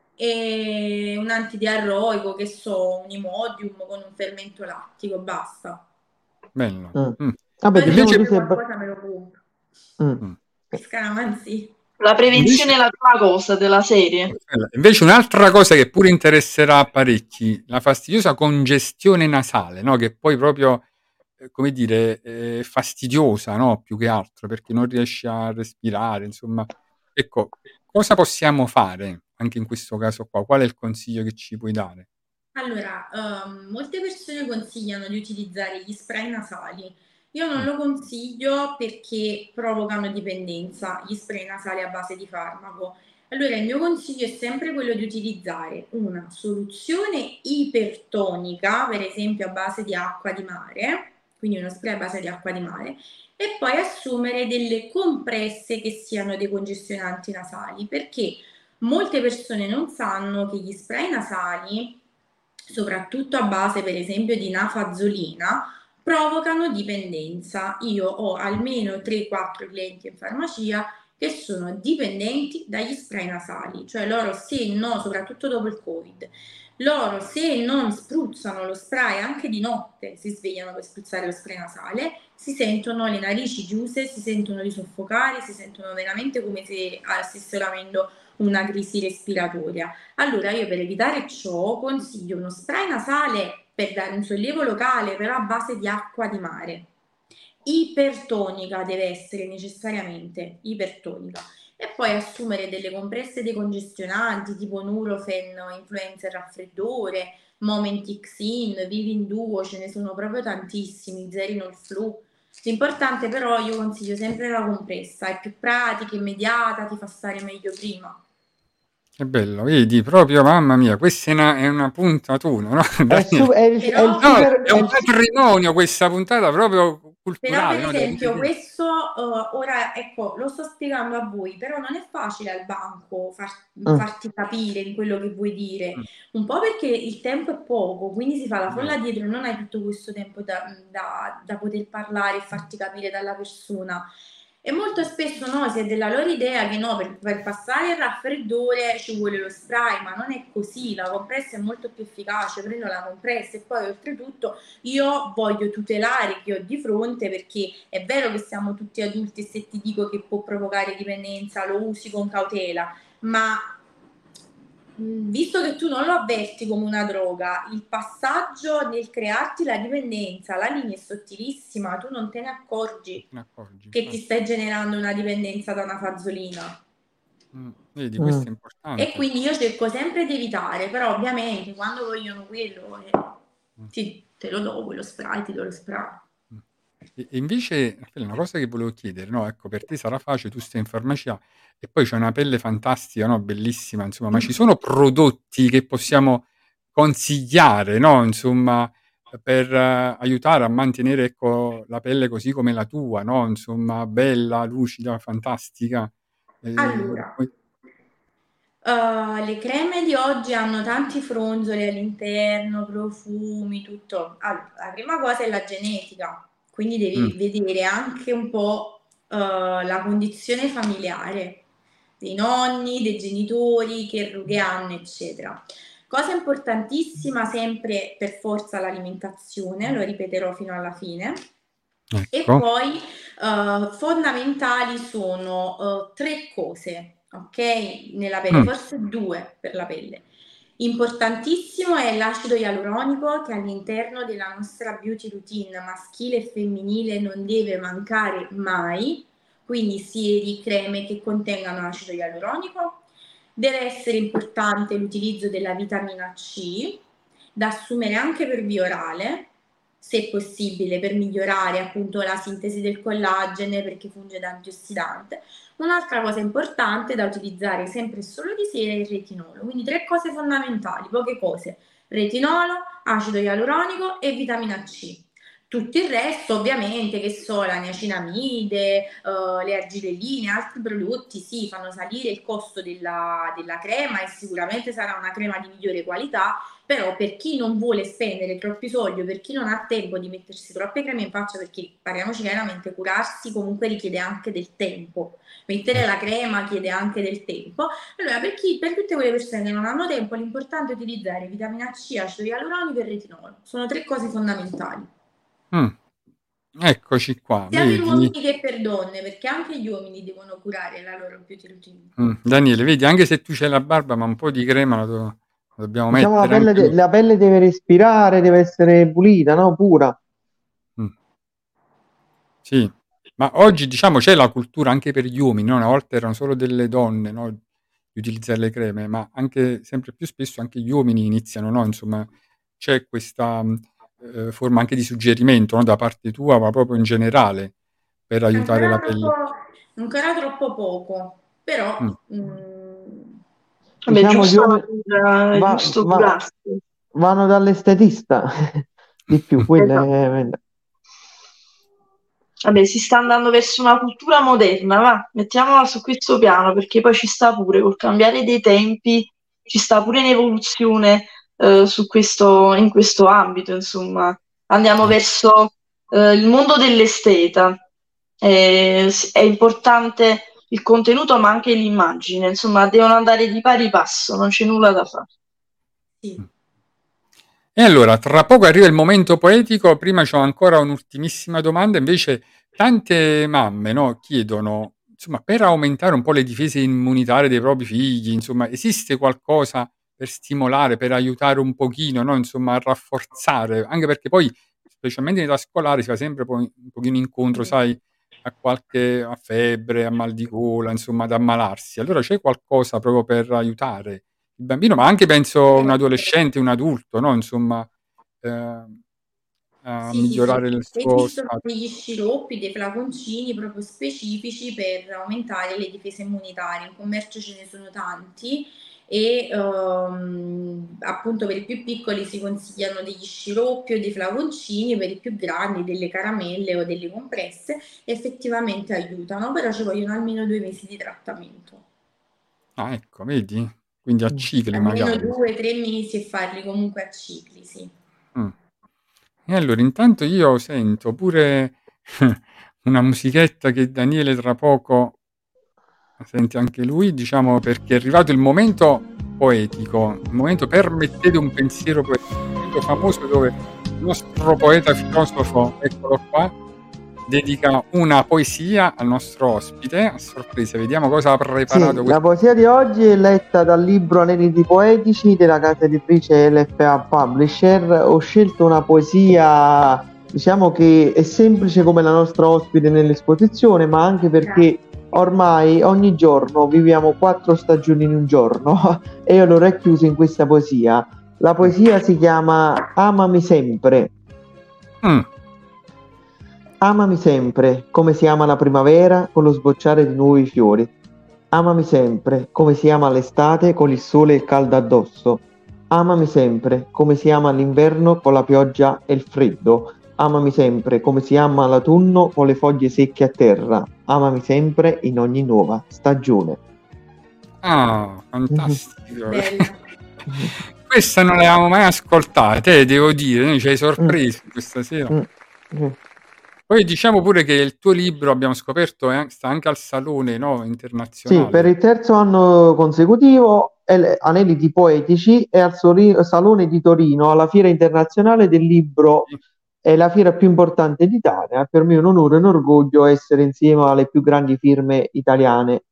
e un antidiarroico, che so, un Imodium con un fermento lattico, basta. Bello. Vabbè, diciamo tu sei qualcosa me lo compro. Scaramanzia. La prevenzione è la prima cosa della serie. Invece un'altra cosa che pure interesserà a parecchi, la fastidiosa congestione nasale, no? Che poi proprio, come dire, è fastidiosa, no? Più che altro, perché non riesci a respirare, insomma. Ecco, cosa possiamo fare anche in questo caso qua? Qual è il consiglio che ci puoi dare? Allora, molte persone consigliano di utilizzare gli spray nasali. Io non lo consiglio perché provocano dipendenza, gli spray nasali a base di farmaco. Allora, il mio consiglio è sempre quello di utilizzare una soluzione ipertonica, per esempio a base di acqua di mare, quindi uno spray a base di acqua di mare, e poi assumere delle compresse che siano decongestionanti nasali, perché molte persone non sanno che gli spray nasali, soprattutto a base per esempio di nafazzolina, provocano dipendenza. Io ho almeno 3-4 clienti in farmacia che sono dipendenti dagli spray nasali, cioè loro se no, soprattutto dopo il Covid, loro se non spruzzano lo spray anche di notte, si svegliano per spruzzare lo spray nasale, si sentono le narici chiuse, si sentono di soffocare, si sentono veramente come se stessero avendo una crisi respiratoria. Allora io per evitare ciò consiglio uno spray nasale per dare un sollievo locale, però a base di acqua di mare. Ipertonica deve essere necessariamente, ipertonica. E poi assumere delle compresse decongestionanti tipo Nurofen, Influenza e raffreddore, Moment Xin, Vivin Duo, ce ne sono proprio tantissimi, Zerinol Flu. L'importante però io consiglio sempre la compressa, è più pratica, immediata, ti fa stare meglio prima. Che bello, vedi, proprio mamma mia, questa è una puntatona, no? È, Daniele. è il Però, No, super... è un patrimonio questa puntata proprio però culturale, per no? esempio questo, ora ecco, lo sto spiegando a voi, però non è facile al banco farti capire in quello che vuoi dire, un po' perché il tempo è poco, quindi si fa la folla dietro e non hai tutto questo tempo da poter parlare e farti capire dalla persona. E molto spesso no, si è della loro idea che no, per passare il raffreddore ci vuole lo spray, ma non è così, la compressa è molto più efficace, prendo la compressa e poi oltretutto io voglio tutelare chi ho di fronte, perché è vero che siamo tutti adulti e se ti dico che può provocare dipendenza lo usi con cautela, ma visto che tu non lo avverti come una droga, il passaggio nel crearti la dipendenza, la linea è sottilissima, tu non te ne accorgi che ti stai generando una dipendenza da una fazzolina. Vedi, questo è importante. E quindi io cerco sempre di evitare, però ovviamente quando vogliono quello te lo do quello spray, ti do lo spray. E invece, Raffaele, una cosa che volevo chiedere, no? Ecco, per te sarà facile, tu stai in farmacia e poi c'è una pelle fantastica, no? Bellissima, insomma, ma ci sono prodotti che possiamo consigliare, no? Insomma, per aiutare a mantenere, ecco, la pelle così come la tua, no? Insomma, bella, lucida, fantastica. Allora, Poi- le creme di oggi hanno tanti fronzoli all'interno, profumi, tutto. Allora, la prima cosa è la genetica, quindi devi vedere anche un po' la condizione familiare dei nonni, dei genitori, che rughe hanno, eccetera. Cosa importantissima, sempre per forza l'alimentazione, lo ripeterò fino alla fine. E Ecco. poi fondamentali sono tre cose, ok? Nella pelle, forse due per la pelle. Importantissimo è l'acido ialuronico, che all'interno della nostra beauty routine maschile e femminile non deve mancare mai, quindi sieri, creme che contengano acido ialuronico. Deve essere importante l'utilizzo della vitamina C, da assumere anche per via orale, se possibile, per migliorare appunto la sintesi del collagene, perché funge da antiossidante. Un'altra cosa importante da utilizzare sempre e solo di sera è il retinolo, quindi tre cose fondamentali, poche cose: retinolo, acido ialuronico e vitamina C. Tutto il resto, ovviamente, che so, la niacinamide, le arginelline, altri prodotti, sì, fanno salire il costo della crema e sicuramente sarà una crema di migliore qualità, però per chi non vuole spendere troppi soldi o per chi non ha tempo di mettersi troppe creme in faccia, perché parliamoci chiaramente, curarsi comunque richiede anche del tempo, mettere la crema chiede anche del tempo. Allora per tutte quelle persone che non hanno tempo, l'importante è utilizzare vitamina C, acido ialuronico e retinolo, sono tre cose fondamentali Eccoci qua, sia per vedi? uomini che per donne, perché anche gli uomini devono curare la loro beauty routine. Daniele, vedi, anche se tu c'hai la barba, ma un po' di crema la dobbiamo Diciamo mettere anche noi. la pelle deve respirare, deve essere pulita, no? Pura. Sì, ma oggi diciamo c'è la cultura anche per gli uomini, no? Una volta erano solo delle donne, no? Di utilizzare le creme, ma anche sempre più spesso anche gli uomini iniziano, no? Insomma, c'è questa forma anche di suggerimento, no? Da parte tua, ma proprio in generale, per aiutare la pelle. Ancora troppo poco, però Vabbè, Diciamo, giusto, va- giusto va- curarsi. vanno dall'estetista di più, quello è... Vabbè, si sta andando verso una cultura moderna, va, mettiamola su questo piano, perché poi ci sta pure, col cambiare dei tempi, ci sta pure in evoluzione in questo ambito, insomma. Andiamo verso il mondo dell'esteta. È importante il contenuto, ma anche l'immagine, insomma, devono andare di pari passo, non c'è nulla da fare. Sì. E allora, tra poco arriva il momento poetico, prima c'ho ancora un'ultimissima domanda, invece tante mamme, no, chiedono, insomma, per aumentare un po' le difese immunitarie dei propri figli, insomma, esiste qualcosa per stimolare, per aiutare un pochino, no, insomma, a rafforzare, anche perché poi, specialmente in età scolare, si va sempre poi un pochino incontro, sai, a febbre, a mal di gola, insomma, ad ammalarsi. Allora c'è qualcosa proprio per aiutare il bambino, ma anche penso un adolescente, un adulto, no? Insomma, a Sì, migliorare il suo esistono stato. degli sciroppi, dei flaconcini proprio specifici per aumentare le difese immunitarie. In commercio ce ne sono tanti e appunto per i più piccoli si consigliano degli sciroppi o dei flaconcini, per i più grandi delle caramelle o delle compresse, effettivamente aiutano, però ci vogliono almeno 2 mesi di trattamento. Ah, ecco, vedi? Quindi a cicli Almeno magari. 2-3 mesi e farli comunque a cicli, sì. Mm. E allora, intanto io sento pure una musichetta che Daniele tra poco sente anche lui, diciamo, perché è arrivato il momento poetico, il momento permettete un pensiero poetico, il momento famoso dove il nostro poeta filosofo, eccolo qua, dedica una poesia al nostro ospite, a sorpresa, vediamo cosa ha preparato. Sì, la poesia di oggi è letta dal libro Aneddoti Poetici della casa editrice LFA Publisher. Ho scelto una poesia, diciamo, che è semplice come la nostra ospite nell'esposizione, ma anche perché ormai ogni giorno viviamo 4 stagioni in un giorno e io l'ho racchiuso in questa poesia. La poesia si chiama Amami sempre. Amami sempre, come si ama la primavera con lo sbocciare di nuovi fiori. Amami sempre, come si ama l'estate con il sole e il caldo addosso. Amami sempre, come si ama l'inverno con la pioggia e il freddo. Amami sempre, come si ama l'autunno con le foglie secche a terra. Amami sempre in ogni nuova stagione. Ah, fantastico. Questa non l'avevamo mai ascoltata, devo dire, noi ci hai sorpreso questa sera. Poi diciamo pure che il tuo libro, abbiamo scoperto, sta anche al Salone, no, internazionale. Sì, per il 3° anno consecutivo, Aneddoti Poetici, è al Salone di Torino, alla Fiera Internazionale del Libro, è la fiera più importante d'Italia. Per me è un onore e un orgoglio essere insieme alle più grandi firme italiane.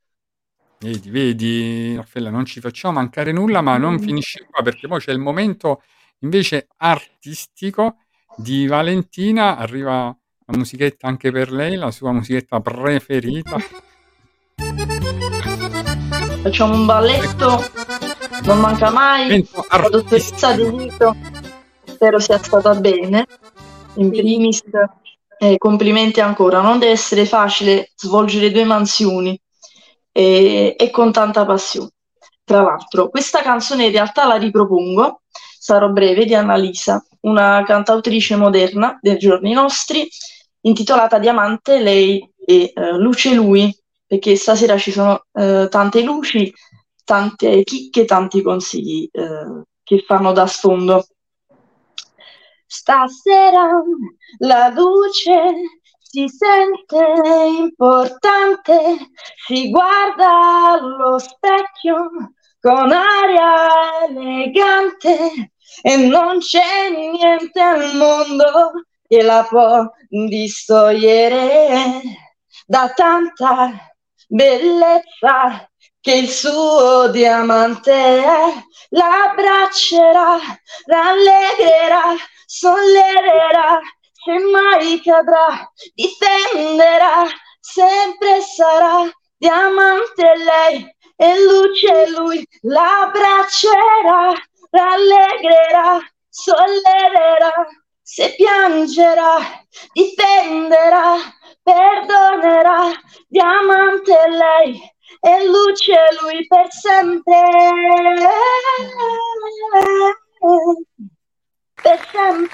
Vedi, Raffaella, non ci facciamo mancare nulla, ma non finisce qua, perché poi c'è il momento invece artistico di Valentina, arriva la musichetta anche per lei, la sua musichetta preferita. Facciamo un balletto, non manca mai, la dottoressa De Vito, spero sia stata bene. In primis, complimenti ancora, non deve essere facile svolgere 2 mansioni e con tanta passione. Tra l'altro, questa canzone in realtà la ripropongo, sarò breve, di Annalisa, una cantautrice moderna dei giorni nostri, intitolata Diamante, lei e Luce lui, perché stasera ci sono tante luci, tante chicche, tanti consigli che fanno da sfondo. Stasera la luce si sente importante, si guarda allo specchio con aria elegante e non c'è niente al mondo che la può distogliere da tanta bellezza che il suo diamante è. L'abbraccerà, rallegrerà, solleverà, se mai cadrà, difenderà, sempre sarà diamante lei e luce lui. L'abbraccerà, rallegrerà, solleverà, se piangerà, difenderà, perdonerà, diamante lei e luce lui per sempre. Per sempre.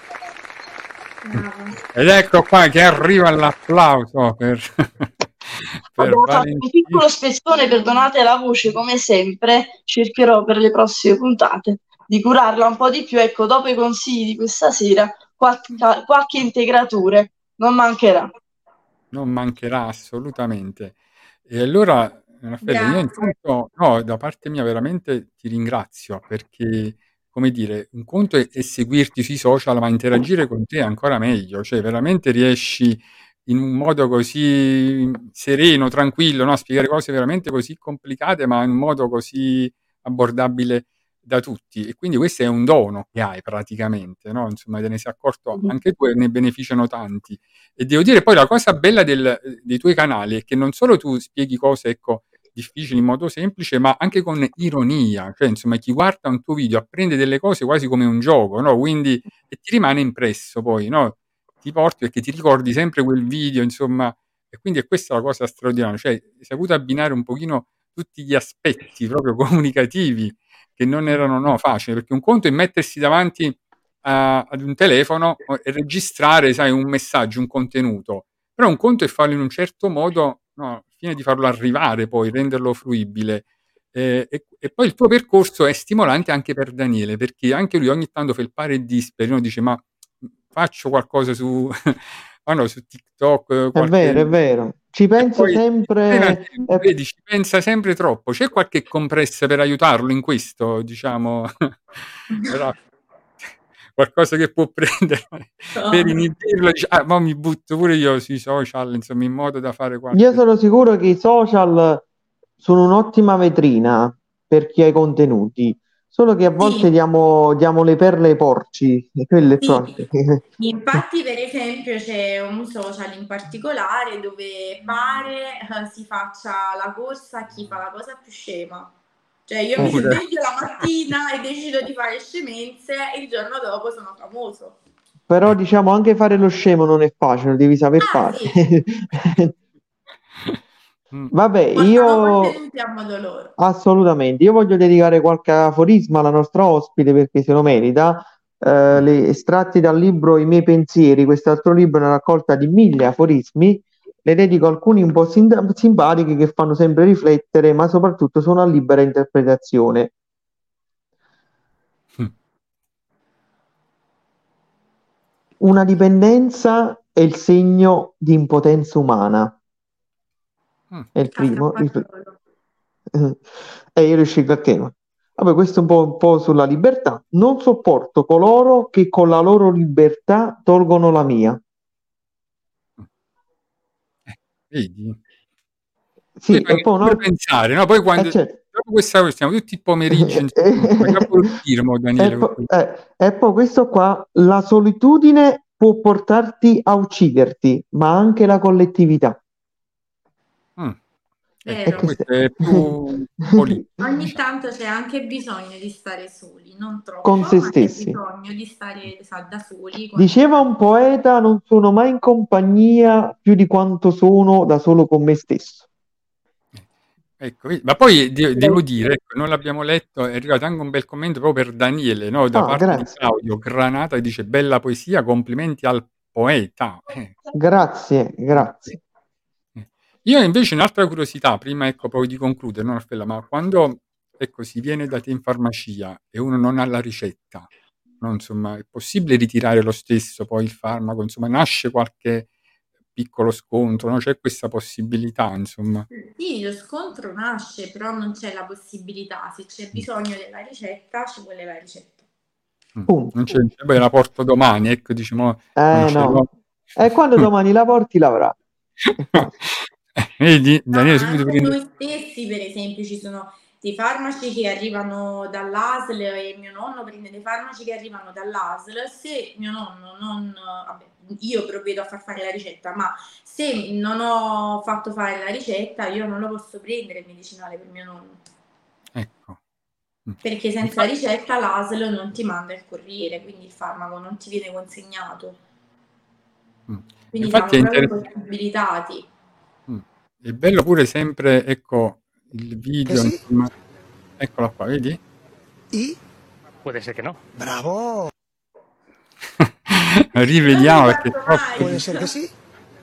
Ed ecco qua che arriva l'applauso per, per Abbiamo fatto un Valentina. piccolo spezzone, perdonate la voce come sempre, cercherò per le prossime puntate di curarla un po' di più. Ecco, dopo i consigli di questa sera, qualche integratore non mancherà. Non mancherà assolutamente. E allora, Raffaele, io Grazie. intanto, no, da parte mia veramente ti ringrazio perché, come dire, un conto è seguirti sui social, ma interagire con te è ancora meglio, cioè veramente riesci in un modo così sereno, tranquillo, no, a spiegare cose veramente così complicate, ma in un modo così abbordabile da tutti. E quindi questo è un dono che hai praticamente, no? Insomma, te ne sei accorto anche tu e ne beneficiano tanti. E devo dire poi la cosa bella dei tuoi canali è che non solo tu spieghi cose, ecco, difficili in modo semplice, ma anche con ironia, cioè insomma chi guarda un tuo video apprende delle cose quasi come un gioco, no? Quindi e ti rimane impresso poi, no? Ti porti perché ti ricordi sempre quel video, insomma, e quindi è questa la cosa straordinaria, cioè hai saputo abbinare un pochino tutti gli aspetti proprio comunicativi che non erano no, facili, perché un conto è mettersi davanti ad un telefono e registrare, sai, un messaggio, un contenuto. Però un conto è farlo in un certo modo, no, al fine di farlo arrivare poi, renderlo fruibile. E poi il tuo percorso è stimolante anche per Daniele, perché anche lui ogni tanto fa il pare e disperi, no? Dice, ma faccio qualcosa su, oh no, su TikTok, È vero, qualche... è vero. Ci E penso poi sempre. vedi, ci pensa sempre troppo. C'è qualche compressa per aiutarlo in questo, diciamo? Qualcosa che può prendere per inibirlo, dice, ah, ma mi butto pure io sui social, insomma, in modo da fare Io qualche... sono sicuro che i social sono un'ottima vetrina per chi ha i contenuti, solo che a volte Sì, diamo le perle ai porci, e quello è sì. proprio. Infatti, per esempio, c'è un social in particolare dove pare si faccia la corsa a chi fa la cosa più scema. Cioè, io mi Pure. sveglio la mattina e decido di fare scemenze e il giorno dopo sono famoso. Però diciamo anche fare lo scemo non è facile, lo devi saper Ah, fare. sì, Vabbè, portano io contenuti a modo loro. assolutamente, io voglio dedicare qualche aforisma alla nostra ospite perché se lo merita. Estratti dal libro I miei pensieri, quest'altro libro è una raccolta di 1000 aforismi, le dedico alcuni un po' simpatici che fanno sempre riflettere, ma soprattutto sono a libera interpretazione. Una dipendenza è il segno di impotenza umana. È il primo. E io riuscito a che no. Vabbè, questo è un po' sulla libertà. Non sopporto coloro che con la loro libertà tolgono la mia. Vedi? Sì, Poi e poi sempre una... pensare, no? Poi quando, certo. dopo questa cosa, stiamo tutti i pomeriggi, insomma, come capo il firmo, Daniele. E poi questo qua, la solitudine può portarti a ucciderti, ma anche la collettività. Mm. E Vero. questo Questo è più politico, Ogni diciamo. tanto c'è anche bisogno di stare soli, non con troppo, se ma c'è stessi. bisogno di stare da soli. Diceva un poeta, non sono mai in compagnia più di quanto sono da solo con me stesso. Ecco, ma poi devo dire, ecco, non l'abbiamo letto, è arrivato anche un bel commento proprio per Daniele, no? Da Ah, parte di grazie. Claudio Granata, che dice bella poesia, complimenti al poeta. Grazie, grazie. Io invece un'altra curiosità, prima ecco poi di concludere, no, Raffaella, ma quando ecco, si viene da te in farmacia e uno non ha la ricetta, no, insomma, è possibile ritirare lo stesso poi il farmaco, insomma, nasce qualche piccolo scontro, no? C'è questa possibilità, insomma. Sì, lo scontro nasce, però non c'è la possibilità. Se c'è bisogno della ricetta, ci vuole la ricetta. Punto. Non c'è, poi la porto domani, ecco, diciamo, non ce l'ho. No. E quando domani la porti l'avrà. Vedi, No, Daniele ma subito anche prende... noi stessi, per esempio, ci sono dei farmaci che arrivano dall'ASL e mio nonno prende dei farmaci che arrivano dall'ASL. Se mio nonno non... Vabbè, io provvedo a far fare la ricetta, ma se non ho fatto fare la ricetta, io non lo posso prendere il medicinale per mio nonno. Ecco. Perché senza ricetta l'ASL non ti manda il corriere, quindi il farmaco non ti viene consegnato. Quindi Infatti siamo proprio impossibilitati. è bello pure sempre, ecco, il video, sì? insomma. Eccola qua, vedi? I? Può essere che no. Bravo! Rivediamo Non l'ho perché è fatto troppo mai. Può essere che sì.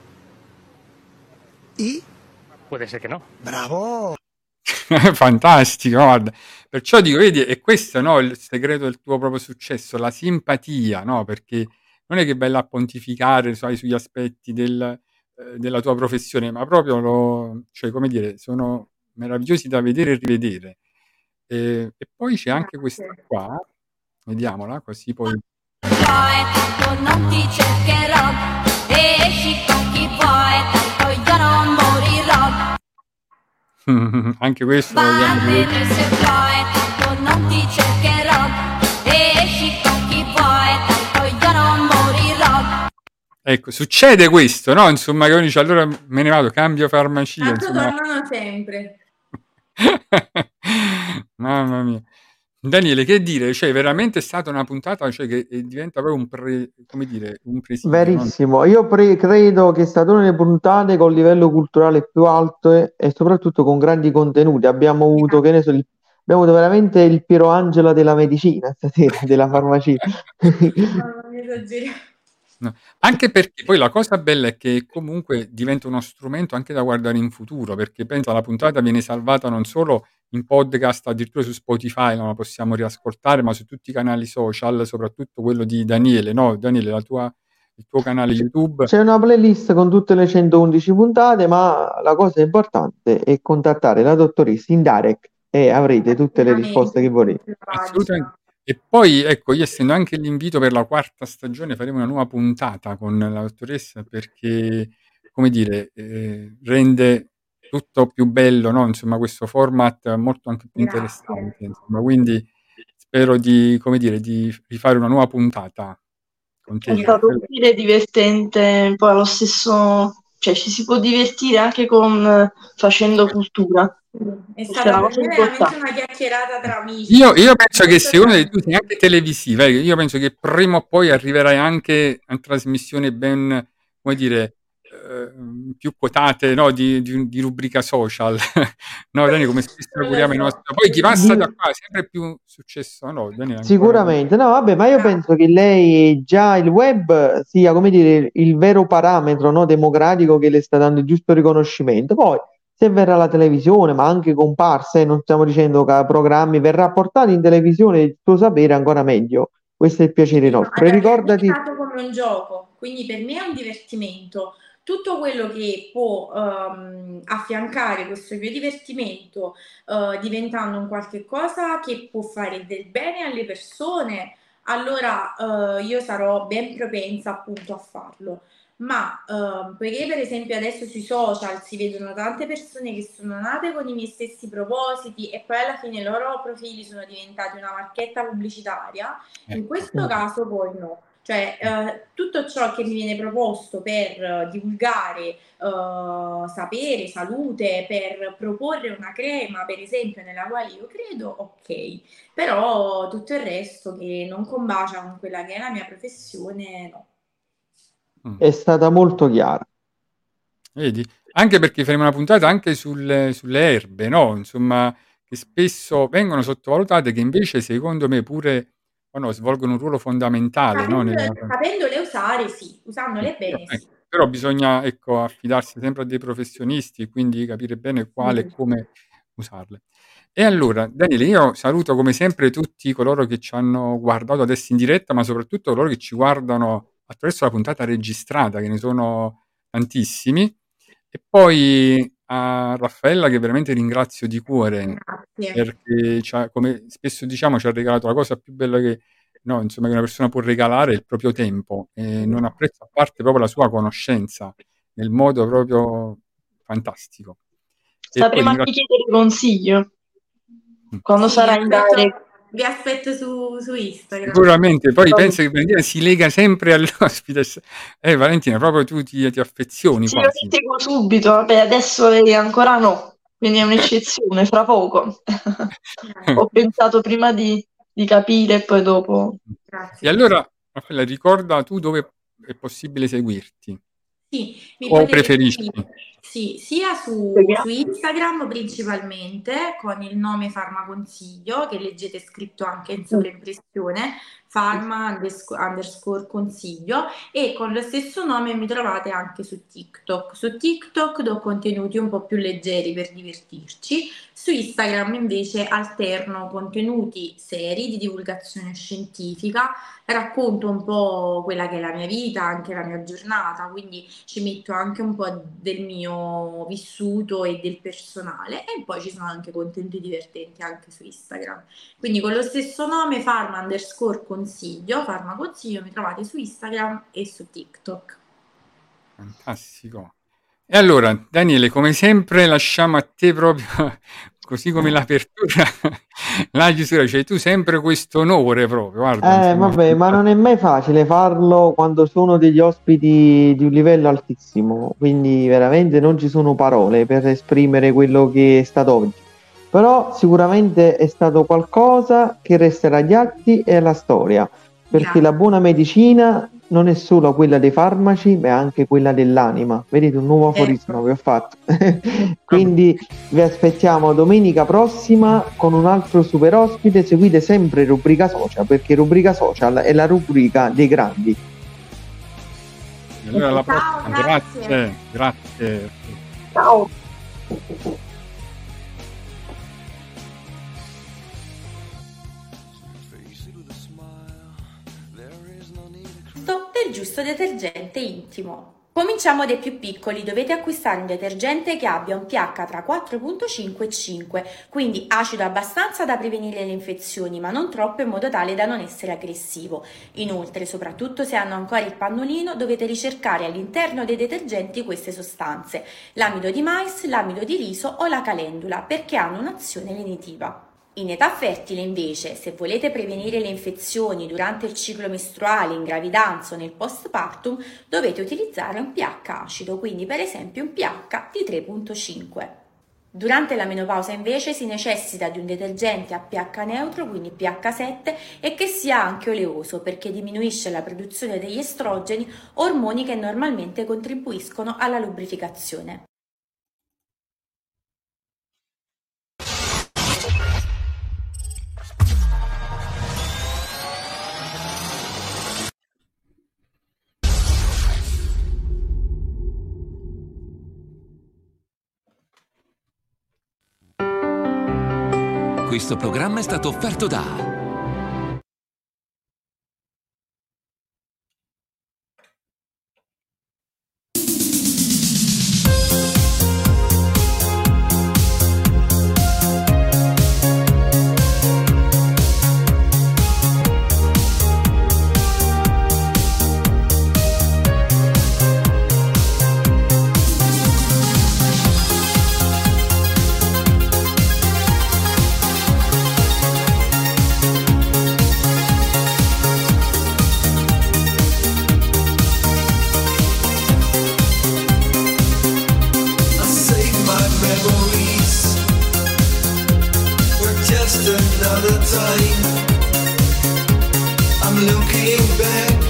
I? Può essere che no. Bravo! fantastico, guarda. Perciò dico, vedi, è questo, no, il segreto del tuo proprio successo, la simpatia, no? Perché non è che vai là a pontificare, sai, sugli aspetti della tua professione, ma proprio cioè, come dire, sono meravigliosi da vedere e rivedere. E poi c'è anche questa Grazie. qua, vediamola, così poi Tanto non ti cercherò e esci con chi vuoi, tanto io non morirò. anche questo lo Va vogliamo rivedere. bene se vuoi, tanto non ti cercherò e esci con chi vuoi, tanto io non morirò. Ecco, succede questo, no? Insomma, che uno dice, allora me ne vado, cambio farmacia, Tanto insomma. tornano sempre. Mamma mia. Daniele, che dire? Cioè, veramente è stata una puntata, cioè, che diventa proprio come dire, un presidio, no? Verissimo, io credo che è stata una delle puntate con livello culturale più alto e soprattutto con grandi contenuti. Abbiamo avuto, che ne so, abbiamo avuto veramente il Piero Angela della medicina stasera, della farmacia. No, non esageriamo. No. Anche perché poi la cosa bella è che comunque diventa uno strumento anche da guardare in futuro, perché pensa la puntata viene salvata non solo in podcast, addirittura su Spotify, non la possiamo riascoltare, ma su tutti i canali social, soprattutto quello di Daniele, no? Daniele, il tuo canale YouTube. C'è una playlist con tutte le 111 puntate, ma la cosa importante è contattare la dottoressa in direct e avrete tutte le risposte che volete. Assolutamente. E poi, ecco, io essendo anche l'invito per la quarta stagione, faremo una nuova puntata con la dottoressa perché, come dire, rende tutto più bello, no? Insomma, questo format molto anche più interessante, insomma. Quindi spero di, come dire, di rifare una nuova puntata con te. È stato utile e divertente, poi allo stesso, cioè ci si può divertire anche facendo cultura. È Questa è stata una per cosa me veramente importante. una chiacchierata tra amici. Io penso che Molto sei uno dei tu tranquilla. sei anche televisiva, io penso che prima o poi arriverai anche a trasmissioni ben, come dire, più quotate, no, di rubrica social. No, Dani, come spesso Non lo auguriamo i so. nostri. Poi chi passa da Di- qua sempre più successo, no, Dani, ancora più. Sicuramente, no, vabbè, ma io penso che lei già il web sia, come dire, il vero parametro, no, democratico che le sta dando il giusto riconoscimento. Poi, se verrà la televisione, ma anche comparse, non stiamo dicendo che programmi, verrà portato in televisione il tuo sapere ancora meglio. Questo è il piacere Sì, ma nostro. E per me è ricordati, nato come un gioco, quindi per me è un divertimento. Tutto quello che può affiancare questo mio divertimento diventando un qualche cosa che può fare del bene alle persone, allora io sarò ben propensa appunto a farlo. Ma poiché per esempio adesso sui social si vedono tante persone che sono nate con i miei stessi propositi e poi alla fine i loro profili sono diventati una marchetta pubblicitaria, in questo caso poi no. Cioè tutto ciò che mi viene proposto per divulgare sapere, salute, per proporre una crema per esempio nella quale io credo, ok, però tutto il resto che non combacia con quella che è la mia professione, no. è stata molto chiara. Vedi? Anche perché faremo una puntata anche sulle erbe, no? Insomma, che spesso vengono sottovalutate, che invece secondo me pure svolgono un ruolo fondamentale, no? Sapendole usare, sì, usandole bene, sì. Però bisogna, ecco, affidarsi sempre a dei professionisti e quindi capire bene quale e come usarle. E allora, Daniele, io saluto come sempre tutti coloro che ci hanno guardato adesso in diretta, ma soprattutto coloro che ci guardano attraverso la puntata registrata, che ne sono tantissimi. E poi a Raffaella, che veramente ringrazio di cuore, Grazie. perché come spesso diciamo ci ha regalato la cosa più bella che, no, insomma, che una persona può regalare, è il proprio tempo, e non apprezzo a parte proprio la sua conoscenza nel modo proprio fantastico. E poi Sapremo anche chiedere consiglio quando Sì, sarà in direct. vi aspetto su Instagram. sicuramente, poi penso che Valentina si lega sempre all'ospite. Valentina, proprio tu ti affezioni Sì, io quasi. li seguo subito, vabbè, adesso ancora no, quindi è un'eccezione, fra poco. Ho pensato prima di capire e poi dopo. Grazie. E allora, Raffaella, ricorda tu dove è possibile seguirti Sì, mi o potete preferisci? Sì, sia su Seguiamo. Instagram principalmente con il nome Farmaconsiglio, che leggete scritto anche in sovraimpressione, __ consiglio, e con lo stesso nome mi trovate anche su TikTok. Su TikTok do contenuti un po' più leggeri per divertirci, su Instagram invece alterno contenuti seri di divulgazione scientifica, racconto un po' quella che è la mia vita, anche la mia giornata, quindi ci metto anche un po' del mio vissuto e del personale, e poi ci sono anche contenuti divertenti anche su Instagram. Quindi con lo stesso nome Farmaconsiglio mi trovate su Instagram e su TikTok. Fantastico. E allora, Daniele, come sempre lasciamo a te proprio, così come l'apertura, la chiusura, cioè tu sempre questo onore proprio, guarda, insomma, Vabbè, ma non è mai facile farlo quando sono degli ospiti di un livello altissimo, quindi veramente non ci sono parole per esprimere quello che è stato oggi. Però sicuramente è stato qualcosa che resterà agli atti e alla storia, perché Grazie. la buona medicina non è solo quella dei farmaci, ma è anche quella dell'anima. Vedete, un nuovo aforisma che ho fatto. Quindi vi aspettiamo domenica prossima con un altro super ospite. Seguite sempre Rubrica Social, perché Rubrica Social è la rubrica dei grandi. Allora, alla Ciao, prossima. grazie. Grazie. Ciao. Del giusto detergente intimo. Cominciamo dai più piccoli. Dovete acquistare un detergente che abbia un pH tra 4.5 e 5, quindi acido abbastanza da prevenire le infezioni, ma non troppo in modo tale da non essere aggressivo. Inoltre, soprattutto se hanno ancora il pannolino, dovete ricercare all'interno dei detergenti queste sostanze: l'amido di mais, l'amido di riso o la calendula, perché hanno un'azione lenitiva. In età fertile invece, se volete prevenire le infezioni durante il ciclo mestruale, in gravidanza o nel postpartum, dovete utilizzare un pH acido, quindi per esempio un pH di 3.5. Durante la menopausa invece si necessita di un detergente a pH neutro, quindi pH 7, e che sia anche oleoso, perché diminuisce la produzione degli estrogeni, ormoni che normalmente contribuiscono alla lubrificazione. Questo programma è stato offerto da Another time I'm looking back